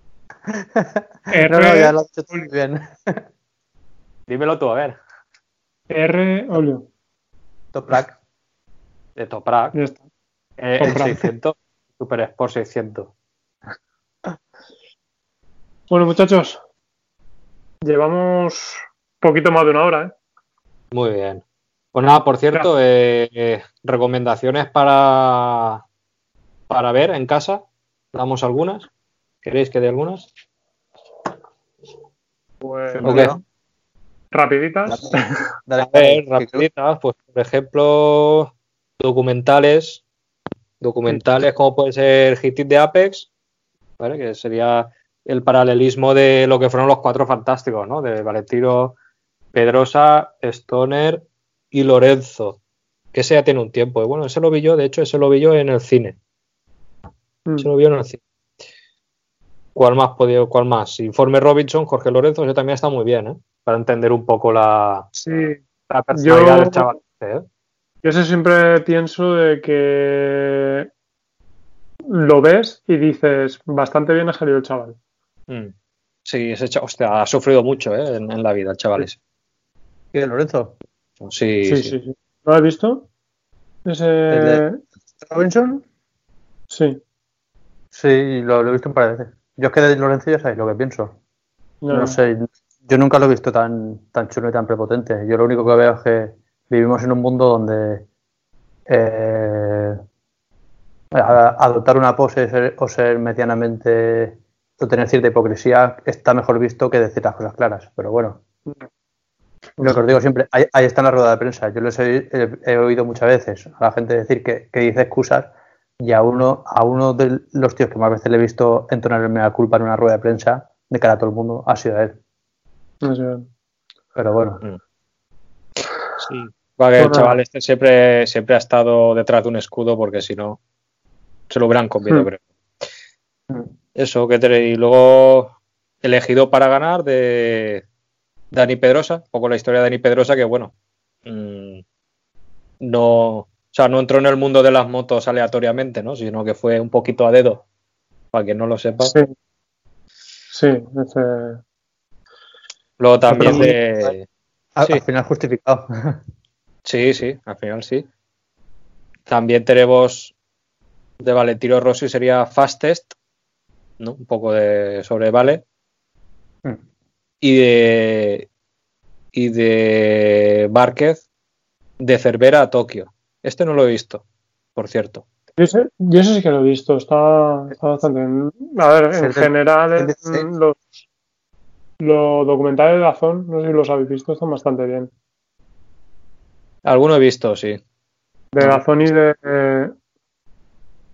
No, ya R, lo has hecho muy bien. Dímelo tú, a ver. R, óleo. Toprak. De Toprak. Ya está. El Toprak. 600. Super Sport 600. Bueno, muchachos, llevamos poquito más de una hora, ¿eh? Muy bien. Pues nada, por cierto, recomendaciones para ver en casa. Damos algunas. ¿Queréis que dé algunas? Pues ¿O qué? rapiditas. Dale, A ver, rapiditas, pues por ejemplo, documentales como puede ser Hit It de Apex, ¿vale? Que sería el paralelismo de lo que fueron los Cuatro Fantásticos, ¿no? De Valentino, Pedrosa, Stoner y Lorenzo, que ese ya tiene un tiempo. Y bueno, ese lo vi yo en el cine. Ese lo vi en el cine. ¿Cuál más? Informe Robinson, Jorge Lorenzo, ese también está muy bien, ¿eh? Para entender un poco la Sí, personalidad yo, del chaval, ¿eh? yo eso siempre pienso de que lo ves y dices, bastante bien ha salido el chaval. Sí, hostia, ha sufrido mucho, ¿eh? En la vida, el chaval ese. ¿Qué, Lorenzo? Sí, Sí, sí. sí, sí. ¿Lo has visto? ¿El de Ese... Robinson? Sí. Sí, lo he visto un par de veces. Yo es que de Lorenzo ya sabéis lo que pienso. No No. sé, yo nunca lo he visto tan chulo y tan prepotente. Yo lo único que veo es que vivimos en un mundo donde adoptar una pose o ser medianamente o tener cierta hipocresía está mejor visto que decir las cosas claras. Pero bueno, lo que os digo siempre, ahí está en la rueda de prensa. Yo he oído muchas veces a la gente decir que dice excusas y a uno de los tíos que más veces le he visto entonar el mea culpa en una rueda de prensa de cara a todo el mundo ha sido él. No sé. Pero bueno. Sí. Porque el chaval este siempre ha estado detrás de un escudo porque si no se lo hubieran comido, creo. Eso, y luego elegido para ganar de Dani Pedrosa, un poco la historia de Dani Pedrosa que bueno, no entró en el mundo de las motos aleatoriamente, ¿no? Sino que fue un poquito a dedo, para quien no lo sepa. Sí, Luego también Al final justificado. Sí, al final sí. También tenemos de Valentino Rossi sería Fastest, ¿no? Un poco sobre Vale. Y de Márquez de Cervera a Tokio. Este no lo he visto, por cierto. Yo ese sí que lo he visto, está bastante bien. A ver, en general los documentales de Dazón, no sé si los habéis visto, están bastante bien. Alguno he visto, sí. De Dazón y de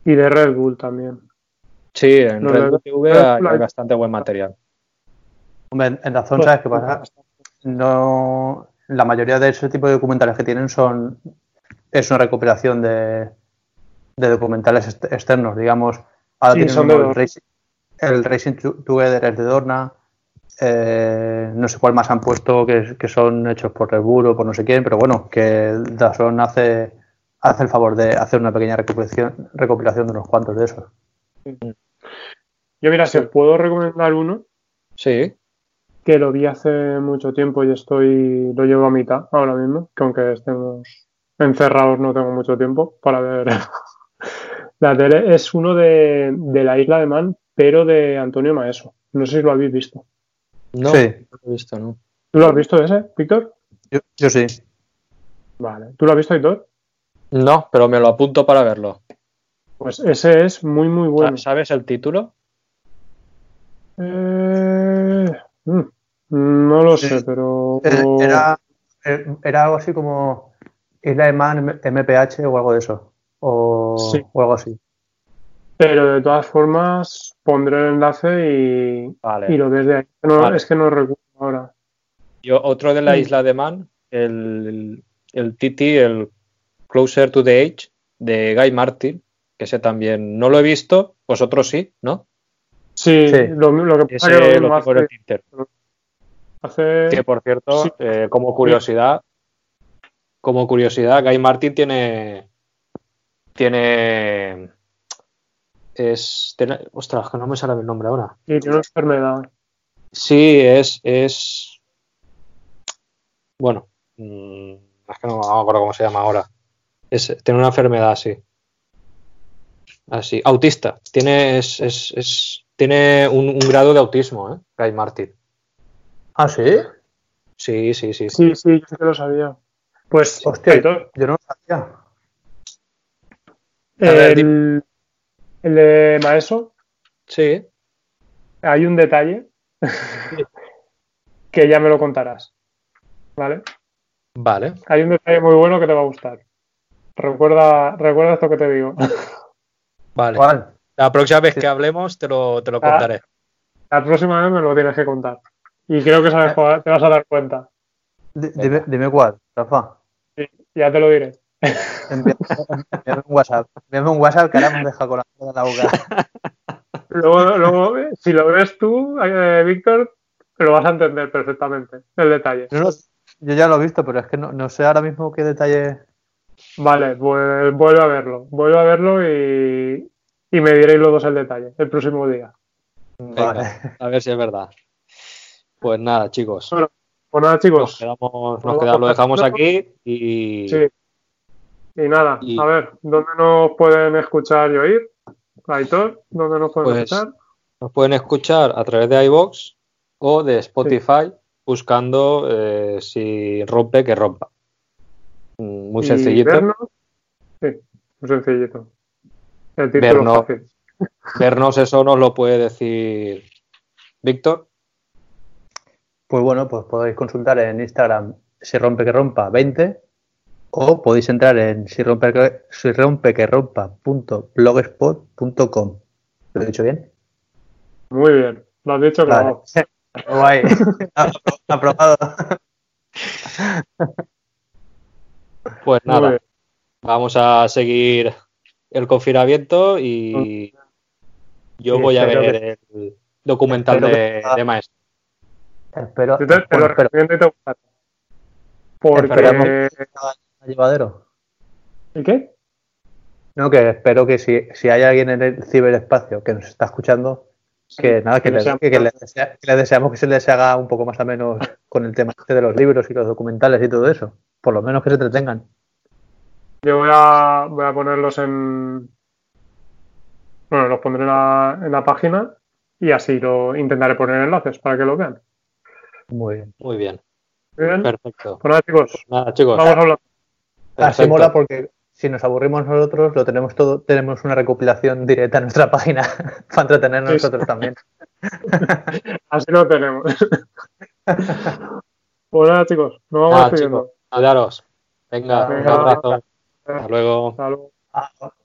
Y de Red Bull también. Sí, en Los Red de Bull TV Red Bull hay hay- bastante buen material. Hombre, en Dazón, ¿sabes qué pasa? No, la mayoría de ese tipo de documentales que tienen es una recopilación de documentales externos, digamos. Ahora Sí, tienen son de uno, dos. el Racing Together es de Dorna, no sé cuál más han puesto que son hechos por Red Bull o por no sé quién, pero bueno, que Dazón hace el favor de hacer una pequeña recopilación de unos cuantos de esos. Yo mira, si Sí. os puedo recomendar uno, Sí, que lo vi hace mucho tiempo y lo llevo a mitad ahora mismo, que aunque estemos encerrados no tengo mucho tiempo para ver la tele, es uno de la Isla de Man, pero de Antonio Maeso. No sé si lo habéis visto. no, Sí, no lo he visto, ¿no? ¿Tú lo has visto ese, Víctor? yo sí. Vale. ¿Tú lo has visto, Víctor? No, pero me lo apunto para verlo. Pues ese es muy, muy bueno. ¿Sabes el título? Eh, mm, no lo Sí. sé, pero... Era algo así como Isla de Man MPH o algo de eso. Sí, O algo así. pero de todas formas pondré el enlace y Vale. lo ves de ahí. No, Vale. es que no recuerdo ahora. Yo, otro de la Mm. Isla de Man, el Titi, el Closer to the Edge, de Guy Martin, que ese también no lo he visto, vosotros sí, ¿no? Sí, Sí. lo que pasa es que Ese lo lo mismo tengo en el Twitter. hace... Que por cierto, Sí, como curiosidad, Guy Martin tiene ostras, que no me sale el nombre ahora. sí, tiene una enfermedad. Sí, bueno, es que no me acuerdo cómo se llama ahora. Tiene una enfermedad así, autista. Tiene un grado de autismo, Guy Martin. ¿Ah, sí? Sí. Sí, yo sí que lo sabía. Pues, Hostia, Aitor, yo no lo sabía. A ver, dime. el de Maeso, Sí. hay un detalle que ya me lo contarás, ¿vale? Vale. Hay un detalle muy bueno que te va a gustar. Recuerda esto que te digo. Vale. ¿Cuál? La próxima vez Sí. que hablemos te lo La, contaré. la próxima vez me lo tienes que contar. Y creo que sabes cuál, te vas a dar cuenta. Dime cuál, Rafa. Sí, ya te lo diré. Envíame un WhatsApp. Envíame un WhatsApp que ahora me has dejado con la mano en la boca. Luego, si lo ves tú, Víctor, lo vas a entender perfectamente, el detalle. No, yo ya lo he visto, pero es que no sé ahora mismo qué detalle. Vale, pues vuelve a verlo y me diréis los dos el detalle el próximo día. Venga, Vale. a ver si es verdad. Pues nada, chicos. Bueno, pues nada, chicos. Lo dejamos aquí y, Sí, y nada, y, a ver, ¿dónde nos pueden escuchar y oír? Aitor, ¿dónde nos pueden pues escuchar? nos pueden escuchar a través de iVoox o de Sí. Spotify buscando Si rompe que rompa. Muy Y sencillito. vernos, sí, muy sencillito. El título es fácil. Vernos eso nos lo puede decir Víctor. Pues bueno, pues podéis consultar en Instagram si rompe que rompa 20 o podéis entrar en sirompequerompa.blogspot.com. ¿Lo he dicho bien? Muy bien, lo has dicho Vale. claro. Guay. Aprobado. Pues Muy nada, bien. vamos a seguir el confinamiento y yo Y voy a espero ver el documental de Maestro. Espero, Yo te lo bueno, recomiendo y te gustará. esperemos Porque... que sea llevadero. ¿Y qué? No, que espero que si hay alguien en el ciberespacio que nos está escuchando, que nada, que le deseamos que se les haga un poco más ameno con el tema este de los libros y los documentales y todo eso. Por lo menos que se entretengan. Yo voy a ponerlos en... Bueno, los pondré en la página y así lo intentaré poner enlaces para que lo vean. Muy bien. Muy bien, Muy bien. perfecto. Pues nada, chicos, Nada, chicos, vamos hablando. Así perfecto. mola porque si nos aburrimos nosotros, lo tenemos todo, tenemos una recopilación directa en nuestra página para entretenernos Sí. nosotros también. Así lo tenemos. Pues nada, chicos, nos vamos Nada, despidiendo. chicos, cuidaros. Venga, un Venga, abrazo. Hasta luego. hasta luego.